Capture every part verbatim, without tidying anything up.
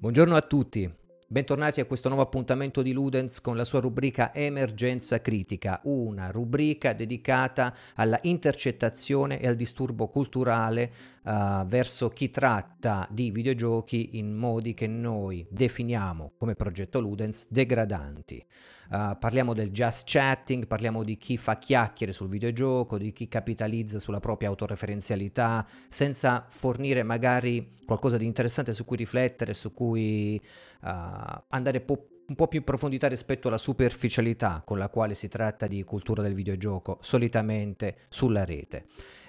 Buongiorno a tutti, bentornati a questo nuovo appuntamento di Ludens con la sua rubrica Emergenza Critica, una rubrica dedicata alla intercettazione e al disturbo culturale uh, verso chi tratta di videogiochi in modi che noi definiamo come progetto Ludens degradanti. Uh, parliamo del just chatting, parliamo di chi fa chiacchiere sul videogioco, di chi capitalizza sulla propria autoreferenzialità, senza fornire magari qualcosa di interessante su cui riflettere, su cui uh, andare po- un po' più in profondità rispetto alla superficialità con la quale si tratta di cultura del videogioco, solitamente sulla rete.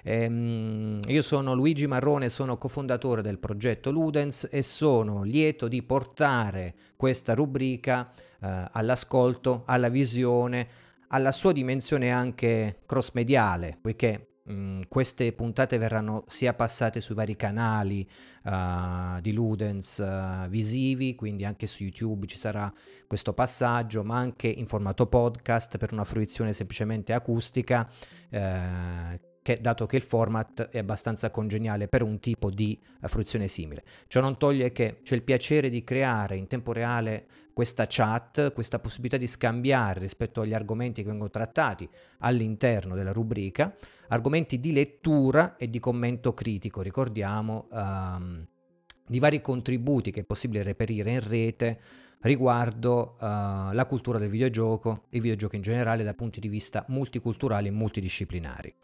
Ehm, io sono Luigi Marrone, sono cofondatore del progetto Ludens e sono lieto di portare questa rubrica eh, all'ascolto, alla visione, alla sua dimensione anche cross-mediale, poiché mh, queste puntate verranno sia passate sui vari canali uh, di Ludens uh, visivi, quindi anche su YouTube ci sarà questo passaggio, ma anche in formato podcast per una fruizione semplicemente acustica, eh, che, dato che il format è abbastanza congeniale per un tipo di uh, fruizione simile. Ciò non toglie che c'è il piacere di creare in tempo reale questa chat, questa possibilità di scambiare rispetto agli argomenti che vengono trattati all'interno della rubrica, argomenti di lettura e di commento critico, ricordiamo, um, di vari contributi che è possibile reperire in rete riguardo uh, la cultura del videogioco, il videogioco in generale da punti di vista multiculturali e multidisciplinari.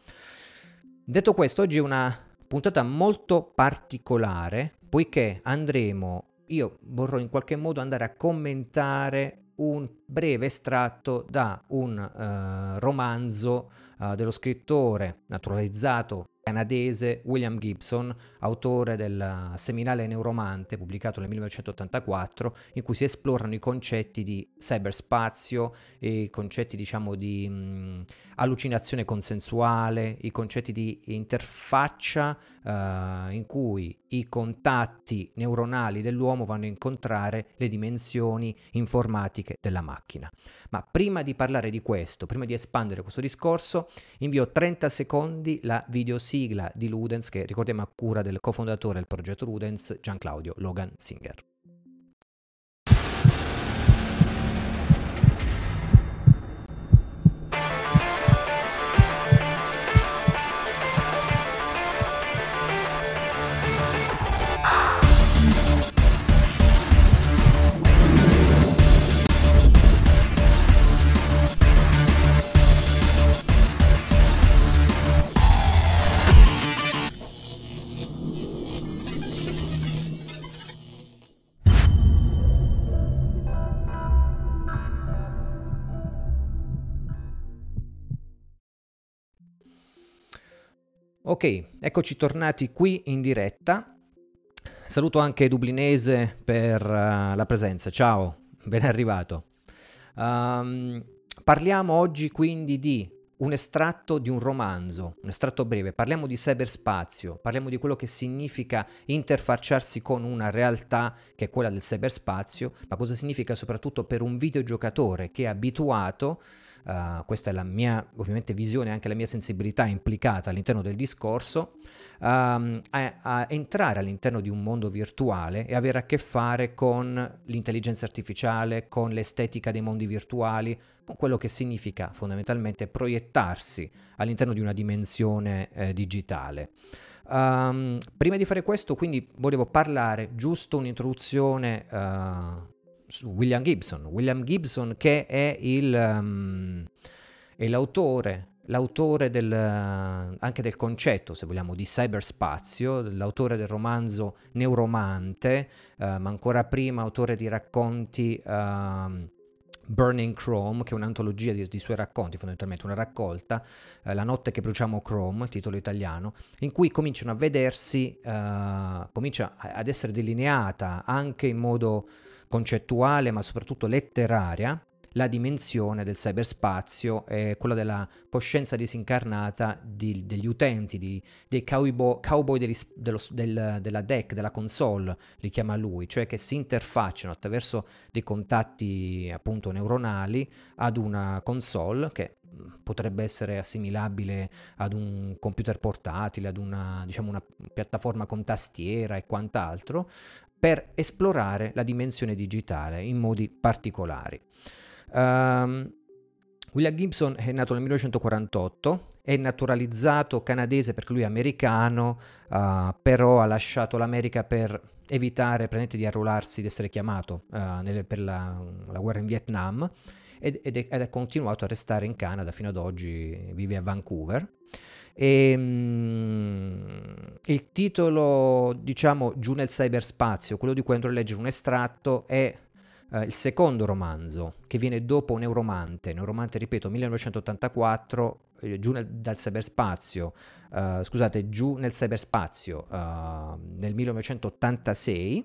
Detto questo, oggi è una puntata molto particolare, poiché andremo, io vorrò in qualche modo andare a commentare un breve estratto da un uh, romanzo uh, dello scrittore naturalizzato canadese William Gibson, autore del seminale Neuromante, pubblicato nel millenovecentottantaquattro, in cui si esplorano i concetti di cyberspazio, i concetti diciamo di mh, allucinazione consensuale, i concetti di interfaccia uh, in cui i contatti neuronali dell'uomo vanno a incontrare le dimensioni informatiche della macchina. Ma prima di parlare di questo, prima di espandere questo discorso, invio trenta secondi la videosigla di Ludens, che ricordiamo a cura del cofondatore del progetto Ludens, Gian Claudio Logan Singer. Ok, eccoci tornati qui in diretta. Saluto anche Dublinese per uh, la presenza. Ciao, ben arrivato. Um, parliamo oggi quindi di un estratto di un romanzo, un estratto breve. Parliamo di cyberspazio, parliamo di quello che significa interfacciarsi con una realtà che è quella del cyberspazio, ma cosa significa soprattutto per un videogiocatore che è abituato. Uh, questa è la mia, ovviamente, visione, anche la mia sensibilità implicata all'interno del discorso, um, a, a entrare all'interno di un mondo virtuale e avere a che fare con l'intelligenza artificiale, con l'estetica dei mondi virtuali, con quello che significa fondamentalmente proiettarsi all'interno di una dimensione eh, digitale. Um, prima di fare questo, quindi, volevo parlare giusto un'introduzione uh, su William Gibson. William Gibson che è il um, è l'autore l'autore del, anche del concetto, se vogliamo, di cyberspazio, l'autore del romanzo Neuromante, uh, ma ancora prima autore di racconti uh, Burning Chrome, che è un'antologia di, di suoi racconti, fondamentalmente una raccolta, eh, La notte che bruciamo Chrome, titolo italiano, in cui cominciano a vedersi, uh, comincia ad essere delineata anche in modo concettuale, ma soprattutto letteraria, la dimensione del cyberspazio e quella della coscienza disincarnata di, degli utenti, di, dei cowboy, cowboy degli, dello, del, della D E C, della console, li chiama lui, cioè che si interfacciano attraverso dei contatti appunto neuronali ad una console che potrebbe essere assimilabile ad un computer portatile, ad una, diciamo, una piattaforma con tastiera e quant'altro, per esplorare la dimensione digitale in modi particolari. Um, William Gibson è nato nel millenovecentoquarantotto, è naturalizzato canadese perché lui è americano, uh, però ha lasciato l'America per evitare di arruolarsi, di essere chiamato uh, nelle, per la, la guerra in Vietnam, ed, ed, è, ed è continuato a restare in Canada fino ad oggi, vive a Vancouver. E, um, il titolo, diciamo, Giù nel cyberspazio, quello di cui andrò a leggere un estratto, è Uh, il secondo romanzo, che viene dopo Neuromante. Neuromante, ripeto, millenovecentottantaquattro, eh, giù nel, dal cyberspazio, uh, scusate, giù nel cyberspazio uh, nel millenovecentottantasei.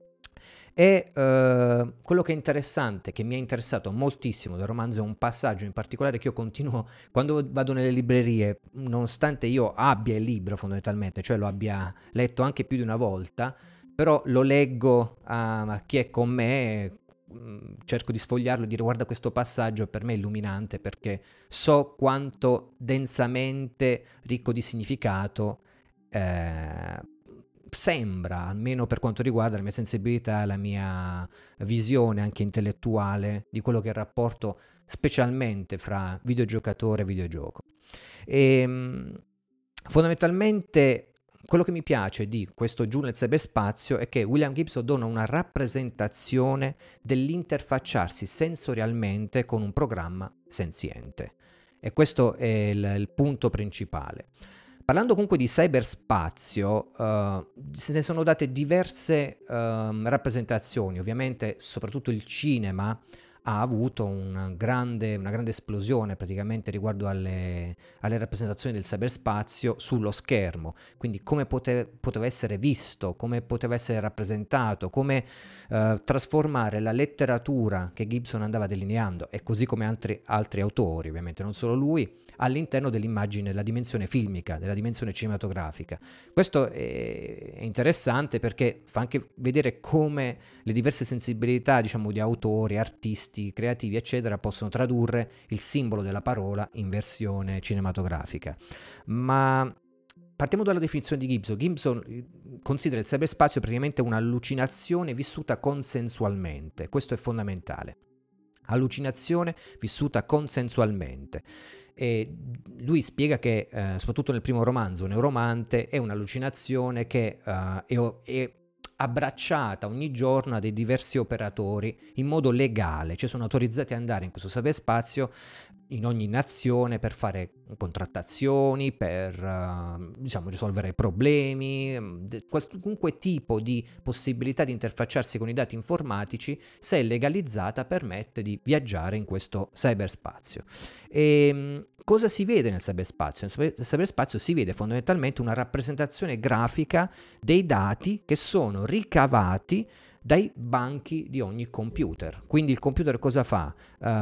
E uh, quello che è interessante, che mi è interessato moltissimo del romanzo, è un passaggio in particolare che io continuo, quando vado nelle librerie, nonostante io abbia il libro fondamentalmente, cioè lo abbia letto anche più di una volta, però lo leggo a, a chi è con me, cerco di sfogliarlo e dire guarda questo passaggio, per me è illuminante perché so quanto densamente ricco di significato eh, sembra, almeno per quanto riguarda la mia sensibilità, la mia visione anche intellettuale di quello che è il rapporto specialmente fra videogiocatore e videogioco. E fondamentalmente quello che mi piace di questo Giù nel cyberspazio è che William Gibson dona una rappresentazione dell'interfacciarsi sensorialmente con un programma senziente. E questo è il, il punto principale. Parlando comunque di cyberspazio, uh, se ne sono date diverse uh, rappresentazioni, ovviamente soprattutto il cinema ha avuto un grande, una grande esplosione praticamente riguardo alle, alle rappresentazioni del cyberspazio sullo schermo, quindi come pote, poteva essere visto, come poteva essere rappresentato, come uh, trasformare la letteratura che Gibson andava delineando, e così come altri, altri autori, ovviamente non solo lui, all'interno dell'immagine, della dimensione filmica, della dimensione cinematografica. Questo è interessante perché fa anche vedere come le diverse sensibilità, diciamo, di autori, artisti, creativi, eccetera, possono tradurre il simbolo della parola in versione cinematografica. Ma partiamo dalla definizione di Gibson. Gibson considera il cyberspazio praticamente un'allucinazione vissuta consensualmente. Questo è fondamentale. Allucinazione vissuta consensualmente. E lui spiega che, eh, soprattutto nel primo romanzo, Neuromante, è un'allucinazione che uh, è, è abbracciata ogni giorno a dei diversi operatori in modo legale, cioè sono autorizzati ad andare in questo cyberspazio in ogni nazione per fare contrattazioni, per uh, diciamo risolvere problemi, de- qualunque tipo di possibilità di interfacciarsi con i dati informatici, se è legalizzata, permette di viaggiare in questo cyberspazio. E cosa si vede nel cyberspazio? Nel cyberspazio si vede fondamentalmente una rappresentazione grafica dei dati che sono ricavati dai banchi di ogni computer. Quindi il computer cosa fa?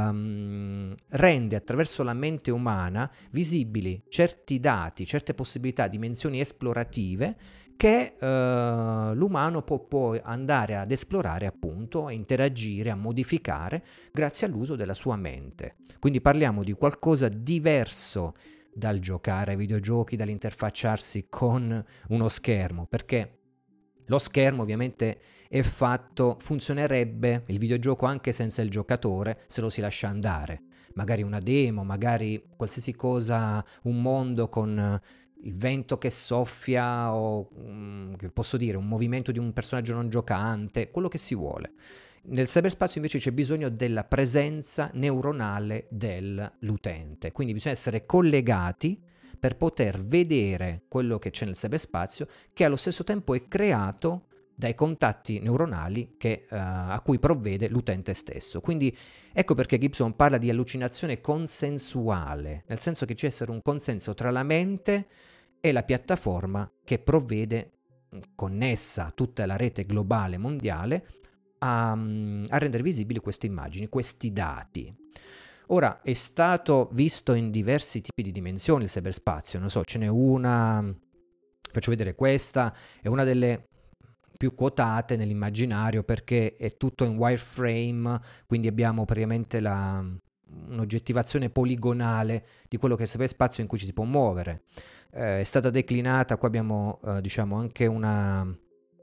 Um, rende attraverso la mente umana visibili certi dati, certe possibilità, dimensioni esplorative che uh, l'umano può poi andare ad esplorare, appunto, a interagire, a modificare grazie all'uso della sua mente. Quindi parliamo di qualcosa diverso dal giocare ai videogiochi, dall'interfacciarsi con uno schermo, perché lo schermo ovviamente è fatto, funzionerebbe il videogioco anche senza il giocatore se lo si lascia andare. Magari una demo, magari qualsiasi cosa, un mondo con il vento che soffia o, um, che posso dire, un movimento di un personaggio non giocante, quello che si vuole. Nel cyberspazio invece c'è bisogno della presenza neuronale dell'utente, quindi bisogna essere collegati per poter vedere quello che c'è nel cyberspazio, che allo stesso tempo è creato dai contatti neuronali che, uh, a cui provvede l'utente stesso. Quindi ecco perché Gibson parla di allucinazione consensuale, nel senso che c'è essere un consenso tra la mente e la piattaforma che provvede, connessa a tutta la rete globale mondiale, a, a rendere visibili queste immagini, questi dati. Ora, è stato visto in diversi tipi di dimensioni il cyberspazio, non so, ce n'è una, faccio vedere questa, è una delle più quotate nell'immaginario perché è tutto in wireframe, quindi abbiamo praticamente la, un'oggettivazione poligonale di quello che è il cyberspazio in cui ci si può muovere. Eh, è stata declinata, qua abbiamo eh, diciamo anche una...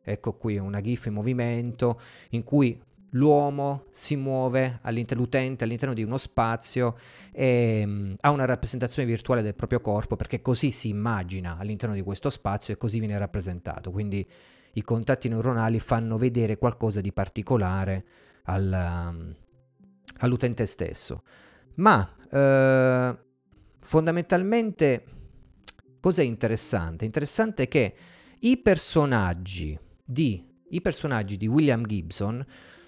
ecco qui una GIF in movimento in cui l'uomo si muove all'interno, l'utente all'interno di uno spazio e mh, ha una rappresentazione virtuale del proprio corpo, perché così si immagina all'interno di questo spazio e così viene rappresentato. Quindi i contatti neuronali fanno vedere qualcosa di particolare al, um, all'utente stesso. Ma eh, fondamentalmente cos'è interessante? Interessante che i personaggi di, i personaggi di William Gibson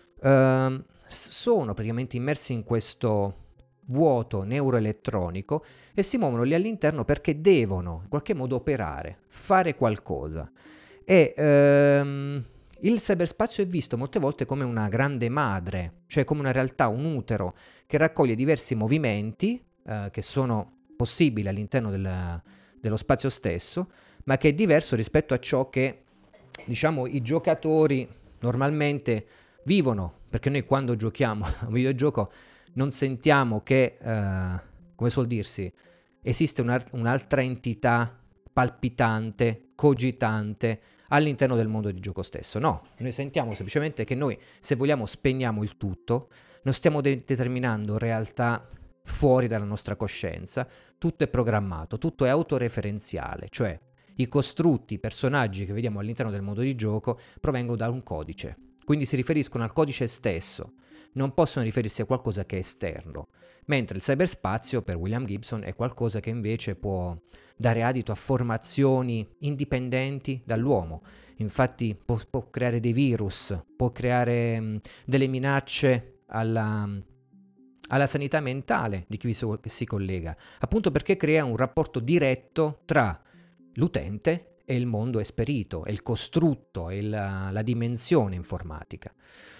Uh, sono praticamente immersi in questo vuoto neuroelettronico e si muovono lì all'interno perché devono in qualche modo operare, fare qualcosa. E um, il cyberspazio è visto molte volte come una grande madre, cioè come una realtà, un utero che raccoglie diversi movimenti uh, che sono possibili all'interno del, dello spazio stesso, ma che è diverso rispetto a ciò che, diciamo, i giocatori normalmente vivono, perché noi quando giochiamo a un videogioco non sentiamo che, eh, come suol dirsi, esiste un'ar- un'altra entità palpitante, cogitante all'interno del mondo di gioco stesso. No, noi sentiamo semplicemente che noi, se vogliamo, spegniamo il tutto, non stiamo de- determinando realtà fuori dalla nostra coscienza, tutto è programmato, tutto è autoreferenziale, cioè i costrutti, i personaggi che vediamo all'interno del mondo di gioco provengono da un codice. Quindi si riferiscono al codice stesso, non possono riferirsi a qualcosa che è esterno, mentre il cyberspazio per William Gibson è qualcosa che invece può dare adito a formazioni indipendenti dall'uomo. Infatti può, può creare dei virus, può creare mh, delle minacce alla, alla sanità mentale di chi vi so, si collega, appunto perché crea un rapporto diretto tra l'utente è il mondo esperito, è il costrutto, è la, la dimensione informatica.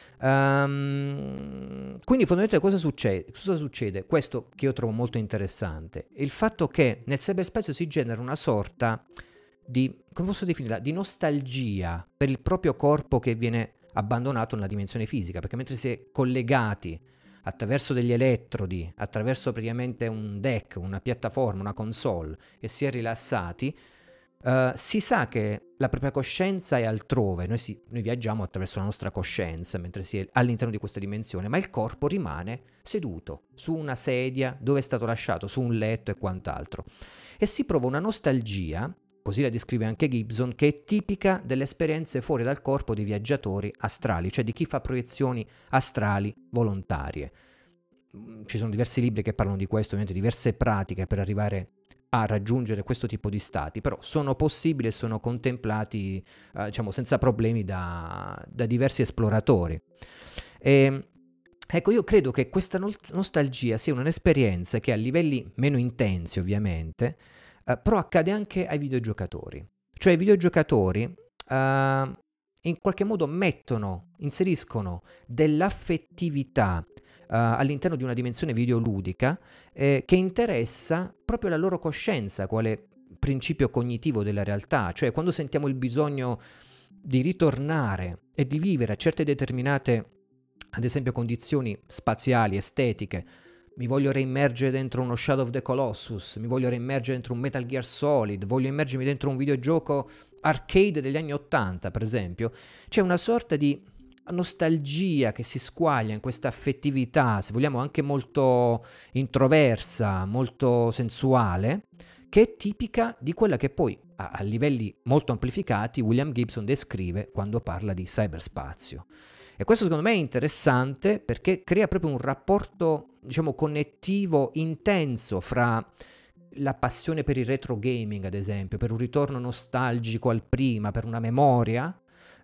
Um, quindi fondamentalmente cosa succede? cosa succede? Questo che io trovo molto interessante, il fatto che nel cyberspazio si genera una sorta di, come posso definirla, di nostalgia per il proprio corpo che viene abbandonato nella dimensione fisica, perché mentre si è collegati attraverso degli elettrodi, attraverso praticamente un deck, una piattaforma, una console, e si è rilassati, Uh, si sa che la propria coscienza è altrove, noi, si, noi viaggiamo attraverso la nostra coscienza mentre si è all'interno di questa dimensione, ma il corpo rimane seduto su una sedia dove è stato lasciato, su un letto e quant'altro. E si prova una nostalgia, così la descrive anche Gibson, che è tipica delle esperienze fuori dal corpo dei viaggiatori astrali, cioè di chi fa proiezioni astrali volontarie. Ci sono diversi libri che parlano di questo, ovviamente diverse pratiche per arrivare a raggiungere questo tipo di stati, però sono possibili e sono contemplati eh, diciamo senza problemi da, da diversi esploratori. E, ecco, io credo che questa no- nostalgia sia un'esperienza che a livelli meno intensi ovviamente, eh, però accade anche ai videogiocatori. Cioè i videogiocatori eh, in qualche modo mettono, inseriscono dell'affettività Uh, all'interno di una dimensione videoludica eh, che interessa proprio la loro coscienza, quale principio cognitivo della realtà, cioè quando sentiamo il bisogno di ritornare e di vivere a certe determinate, ad esempio, condizioni spaziali, estetiche. Mi voglio reimmergere dentro uno Shadow of the Colossus, mi voglio reimmergere dentro un Metal Gear Solid, voglio immergermi dentro un videogioco arcade degli anni ottanta, per esempio. C'è una sorta di nostalgia che si squaglia in questa affettività, se vogliamo anche molto introversa, molto sensuale, che è tipica di quella che poi a, a livelli molto amplificati William Gibson descrive quando parla di cyberspazio. E questo secondo me è interessante perché crea proprio un rapporto, diciamo, connettivo intenso fra la passione per il retro gaming, ad esempio, per un ritorno nostalgico al prima, per una memoria,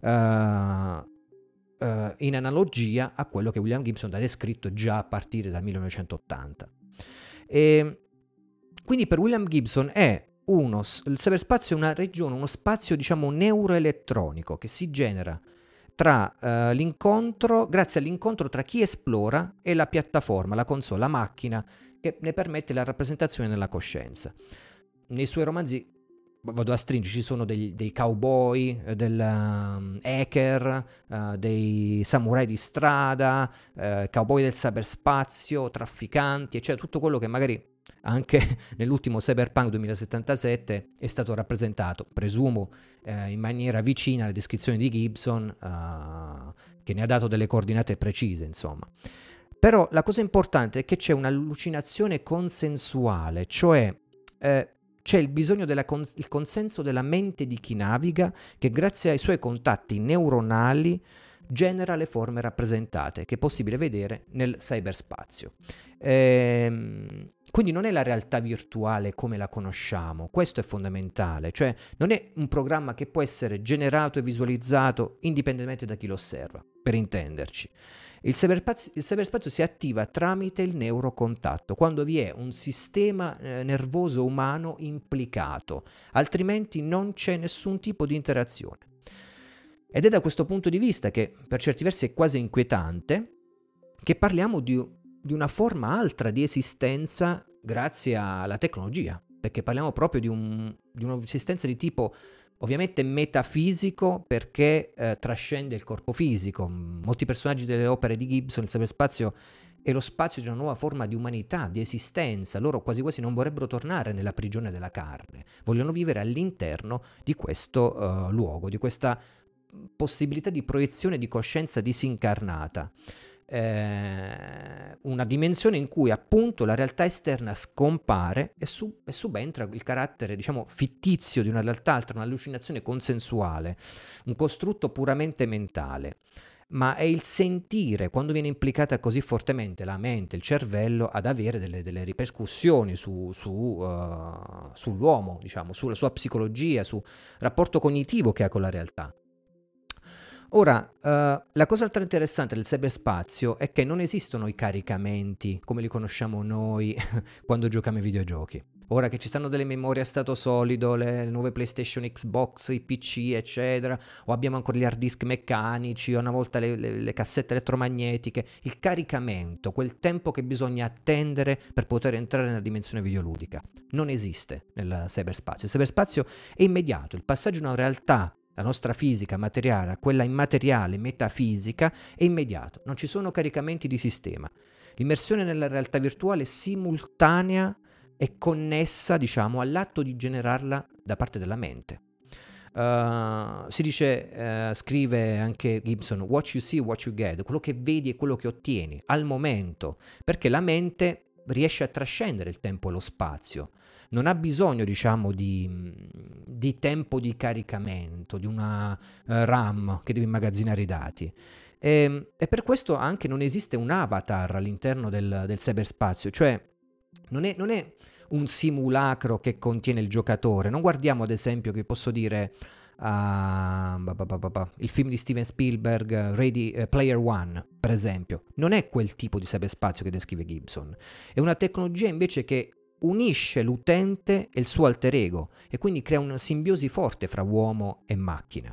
uh, Uh, in analogia a quello che William Gibson ha descritto già a partire dal millenovecentottanta. E quindi per William Gibson è uno, il cyberspazio è una regione, uno spazio diciamo neuroelettronico che si genera tra uh, l'incontro, grazie all'incontro tra chi esplora e la piattaforma, la console, la macchina che ne permette la rappresentazione nella coscienza. Nei suoi romanzi vado a stringere, ci sono dei, dei cowboy, del um, hacker, uh, dei samurai di strada, uh, cowboy del cyberspazio, trafficanti, eccetera, tutto quello che magari anche nell'ultimo Cyberpunk duemilasettantasette è stato rappresentato, presumo, eh, in maniera vicina alle descrizioni di Gibson, eh, che ne ha dato delle coordinate precise, insomma. Però la cosa importante è che c'è un'allucinazione consensuale, cioè eh, c'è il bisogno del cons- consenso della mente di chi naviga, che grazie ai suoi contatti neuronali genera le forme rappresentate, che è possibile vedere nel cyberspazio. Ehm, quindi non è la realtà virtuale come la conosciamo, questo è fondamentale, cioè non è un programma che può essere generato e visualizzato indipendentemente da chi lo osserva, per intenderci. Il cyberspazio, il cyberspazio si attiva tramite il neurocontatto, quando vi è un sistema eh, nervoso umano implicato, altrimenti non c'è nessun tipo di interazione. Ed è da questo punto di vista che, per certi versi, è quasi inquietante che parliamo di, di una forma altra di esistenza grazie alla tecnologia, perché parliamo proprio di, un, di un'esistenza di tipo ovviamente metafisico, perché eh, trascende il corpo fisico. Molti personaggi delle opere di Gibson, il cyberspazio è lo spazio di una nuova forma di umanità, di esistenza. Loro quasi quasi non vorrebbero tornare nella prigione della carne, vogliono vivere all'interno di questo uh, luogo, di questa possibilità di proiezione di coscienza disincarnata. Eh, una dimensione in cui appunto la realtà esterna scompare e, su- e subentra il carattere, diciamo, fittizio di una realtà altra, un'allucinazione consensuale, un costrutto puramente mentale. Ma è il sentire, quando viene implicata così fortemente la mente, il cervello, ad avere delle, delle ripercussioni su, su, uh, sull'uomo, diciamo, sulla sua psicologia, sul rapporto cognitivo che ha con la realtà. Ora, uh, la cosa altra interessante del cyberspazio è che non esistono i caricamenti come li conosciamo noi quando giochiamo ai videogiochi. Ora che ci stanno delle memorie a stato solido, le, le nuove PlayStation, Xbox, i P C, eccetera, o abbiamo ancora gli hard disk meccanici, o una volta le, le, le cassette elettromagnetiche, il caricamento, quel tempo che bisogna attendere per poter entrare nella dimensione videoludica, non esiste nel cyberspazio. Il cyberspazio è immediato, il passaggio da una realtà, la nostra fisica materiale, a quella immateriale, metafisica, è immediato, non ci sono caricamenti di sistema. L'immersione nella realtà virtuale è simultanea e connessa, diciamo, all'atto di generarla da parte della mente. Uh, si dice, uh, scrive anche Gibson, what you see, what you get, quello che vedi è quello che ottieni al momento, perché la mente riesce a trascendere il tempo e lo spazio. Non ha bisogno, diciamo, di, di tempo di caricamento, di una uh, RAM che deve immagazzinare i dati. E, e per questo anche non esiste un avatar all'interno del, del cyberspazio, cioè non è, non è un simulacro che contiene il giocatore. Non guardiamo, ad esempio, che posso dire, uh, bah bah bah bah, il film di Steven Spielberg, Ready uh, Player One, per esempio. Non è quel tipo di cyberspazio che descrive Gibson. È una tecnologia invece che unisce l'utente e il suo alter ego e quindi crea una simbiosi forte fra uomo e macchina.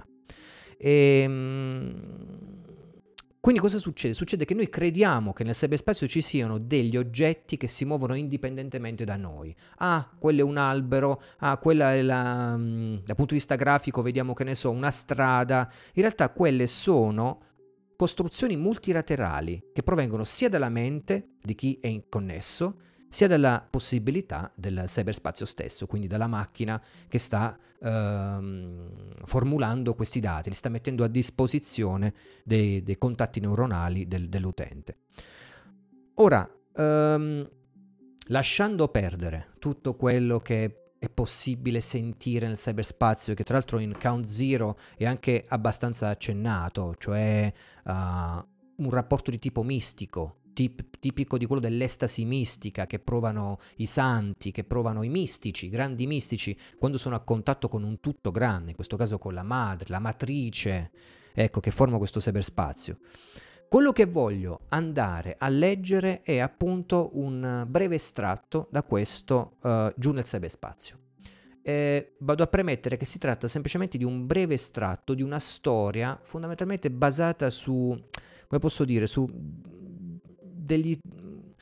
E, quindi cosa succede? Succede che noi crediamo che nel cyberspazio ci siano degli oggetti che si muovono indipendentemente da noi. Ah, quello è un albero, ah, quella è la... dal punto di vista grafico vediamo, che ne so, una strada. In realtà quelle sono costruzioni multilaterali che provengono sia dalla mente di chi è connesso, sia dalla possibilità del cyberspazio stesso, quindi dalla macchina che sta ehm, formulando questi dati, li sta mettendo a disposizione dei, dei contatti neuronali del, dell'utente. Ora, ehm, lasciando perdere tutto quello che è possibile sentire nel cyberspazio, che tra l'altro in Count Zero è anche abbastanza accennato, cioè uh, un rapporto di tipo mistico, tip- tipico di quello dell'estasi mistica che provano i santi, che provano i mistici, i grandi mistici, quando sono a contatto con un tutto grande, in questo caso con la madre, la matrice, ecco, che forma questo cyberspazio. Quello che voglio andare a leggere è appunto un breve estratto da questo uh, Giù nel cyberspazio. Eh, vado a premettere che si tratta semplicemente di un breve estratto di una storia fondamentalmente basata su, come posso dire, su degli,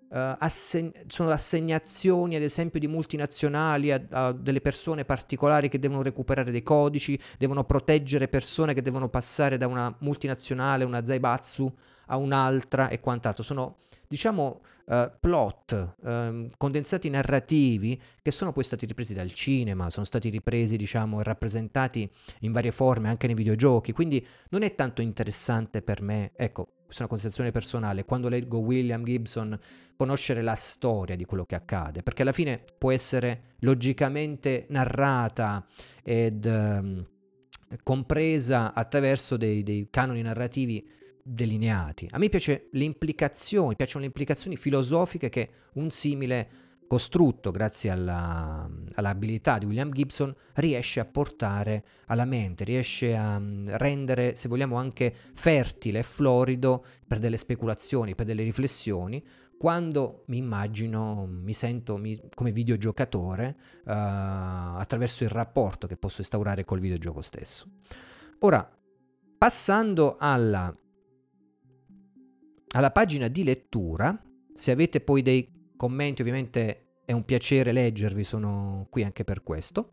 uh, assegn- sono assegnazioni ad esempio di multinazionali a, a delle persone particolari che devono recuperare dei codici, devono proteggere persone che devono passare da una multinazionale, una Zaibatsu, a un'altra e quant'altro. Sono, diciamo, uh, plot, um, condensati narrativi che sono poi stati ripresi dal cinema, sono stati ripresi, diciamo, e rappresentati in varie forme anche nei videogiochi, quindi non è tanto interessante per me, ecco, questa è una considerazione personale, quando leggo William Gibson, conoscere la storia di quello che accade, perché alla fine può essere logicamente narrata ed um, compresa attraverso dei, dei canoni narrativi delineati. A me piace le implicazioni, piacciono le implicazioni filosofiche che un simile costrutto, grazie alla, all'abilità di William Gibson, riesce a portare alla mente, riesce a um, rendere, se vogliamo, anche fertile e florido per delle speculazioni, per delle riflessioni, quando mi immagino, mi sento mi, come videogiocatore uh, attraverso il rapporto che posso instaurare col videogioco stesso. Ora, passando alla alla pagina di lettura, se avete poi dei commenti, ovviamente è un piacere leggervi, sono qui anche per questo.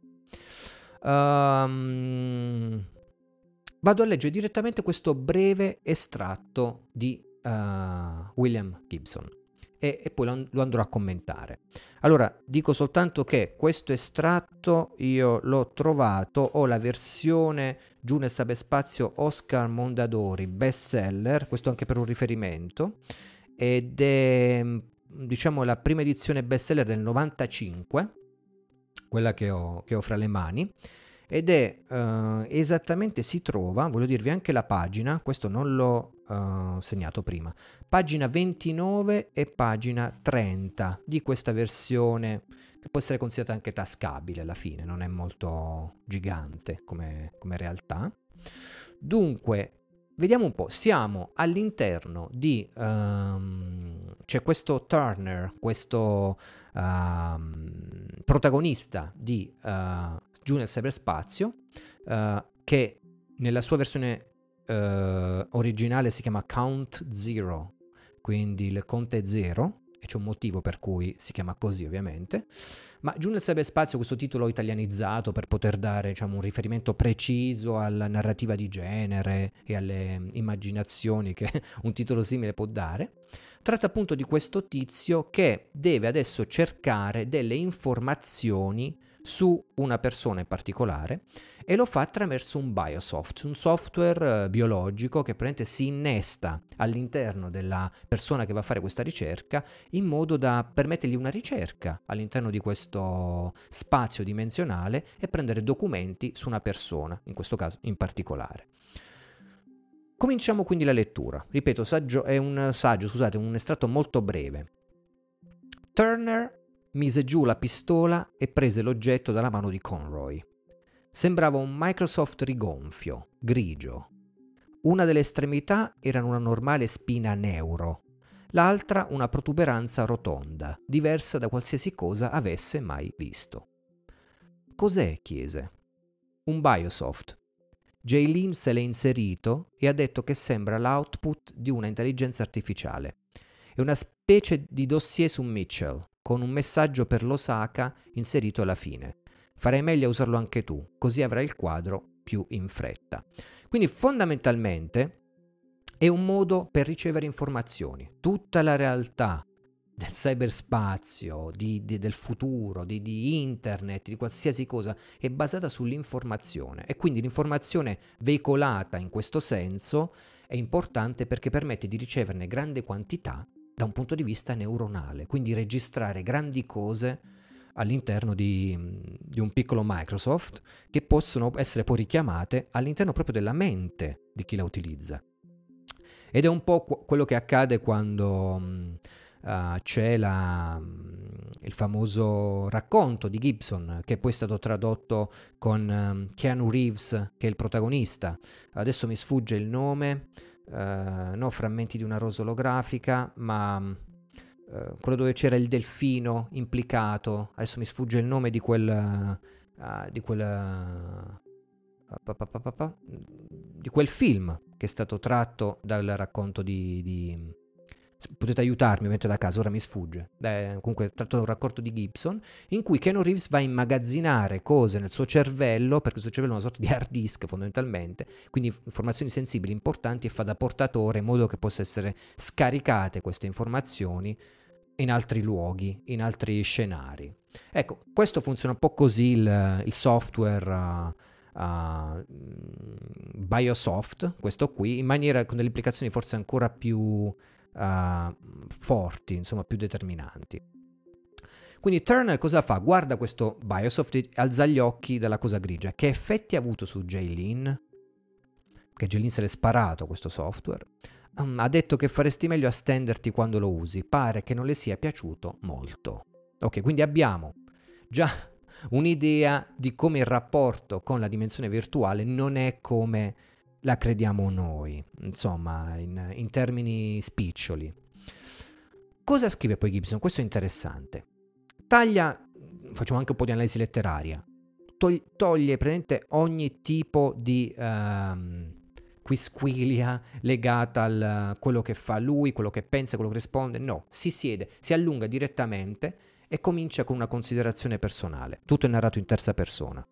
Um, vado a leggere direttamente questo breve estratto di uh, William Gibson e, e poi lo, lo andrò a commentare. Allora, dico soltanto che questo estratto io l'ho trovato, ho la versione Giù nel Cyberspazio Oscar Mondadori bestseller, questo anche per un riferimento, ed è, diciamo, la prima edizione bestseller del novantacinque, quella che ho, che ho fra le mani, ed è uh, esattamente, si trova, voglio dirvi anche la pagina, questo non l'ho uh, segnato prima, pagina ventinove e pagina trenta di questa versione, che può essere considerata anche tascabile alla fine, non è molto gigante come, come realtà. Dunque, vediamo un po', siamo all'interno di, um, c'è questo Turner, questo um, protagonista di uh, Giù nel Cyberspazio, uh, che nella sua versione uh, originale si chiama Count Zero, quindi il conte zero, e c'è un motivo per cui si chiama così ovviamente, ma Giù nel Cyberspazio, questo titolo italianizzato per poter dare, diciamo, un riferimento preciso alla narrativa di genere e alle immaginazioni che un titolo simile può dare, tratta appunto di questo tizio che deve adesso cercare delle informazioni su una persona in particolare e lo fa attraverso un Biosoft, un software eh, biologico che praticamente si innesta all'interno della persona che va a fare questa ricerca in modo da permettergli una ricerca all'interno di questo spazio dimensionale e prendere documenti su una persona, in questo caso in particolare. Cominciamo quindi la lettura. Ripeto, saggio, è un saggio, scusate, un estratto molto breve. Turner mise giù la pistola e prese l'oggetto dalla mano di Conroy. Sembrava un Microsoft rigonfio, grigio. Una delle estremità era una normale spina neuro, l'altra una protuberanza rotonda, diversa da qualsiasi cosa avesse mai visto. Cos'è? Chiese. Un Biosoft. Jaylin se l'è inserito e ha detto che sembra l'output di una intelligenza artificiale. È una specie di dossier su Mitchell, con un messaggio per l'Osaka inserito alla fine. Farei meglio a usarlo anche tu, così avrai il quadro più in fretta. Quindi fondamentalmente è un modo per ricevere informazioni. Tutta la realtà del cyberspazio, di, di, del futuro, di, di internet, di qualsiasi cosa, è basata sull'informazione e quindi l'informazione veicolata in questo senso è importante perché permette di riceverne grande quantità da un punto di vista neuronale, quindi registrare grandi cose all'interno di, di un piccolo Microsoft che possono essere poi richiamate all'interno proprio della mente di chi la utilizza. Ed è un po' quello che accade quando Uh, c'è la, il famoso racconto di Gibson che poi è stato tradotto con um, Keanu Reeves che è il protagonista, adesso mi sfugge il nome, uh, no, Frammenti di una rosa olografica, ma uh, quello dove c'era il delfino implicato, adesso mi sfugge il nome di quel uh, di quel uh, pa, pa, pa, pa, di quel film che è stato tratto dal racconto di, di potete aiutarmi, ovviamente da casa, ora mi sfugge. Eh, comunque tratto da un racconto di Gibson, in cui Keanu Reeves va a immagazzinare cose nel suo cervello, perché il suo cervello è una sorta di hard disk fondamentalmente, quindi informazioni sensibili importanti, e fa da portatore in modo che possa essere scaricate queste informazioni in altri luoghi, in altri scenari. Ecco, questo funziona un po' così il, il software uh, uh, Biosoft, questo qui, in maniera con delle implicazioni forse ancora più uh, forti, insomma più determinanti. Quindi Turner cosa fa? Guarda questo Biosoft e alza gli occhi dalla cosa grigia. Che effetti ha avuto su Jaylin? Che Jaylin se l'è sparato questo software. Um, ha detto che faresti meglio a stenderti quando lo usi. Pare che non le sia piaciuto molto. Ok, quindi abbiamo già un'idea di come il rapporto con la dimensione virtuale non è come la crediamo noi, insomma, in, in termini spiccioli. Cosa scrive poi Gibson? Questo è interessante. Taglia, facciamo anche un po' di analisi letteraria, toglie, toglie praticamente ogni tipo di um, quisquilia legata a quello che fa lui, quello che pensa, quello che risponde. No, si siede, si allunga direttamente e comincia con una considerazione personale. Tutto è narrato in terza persona.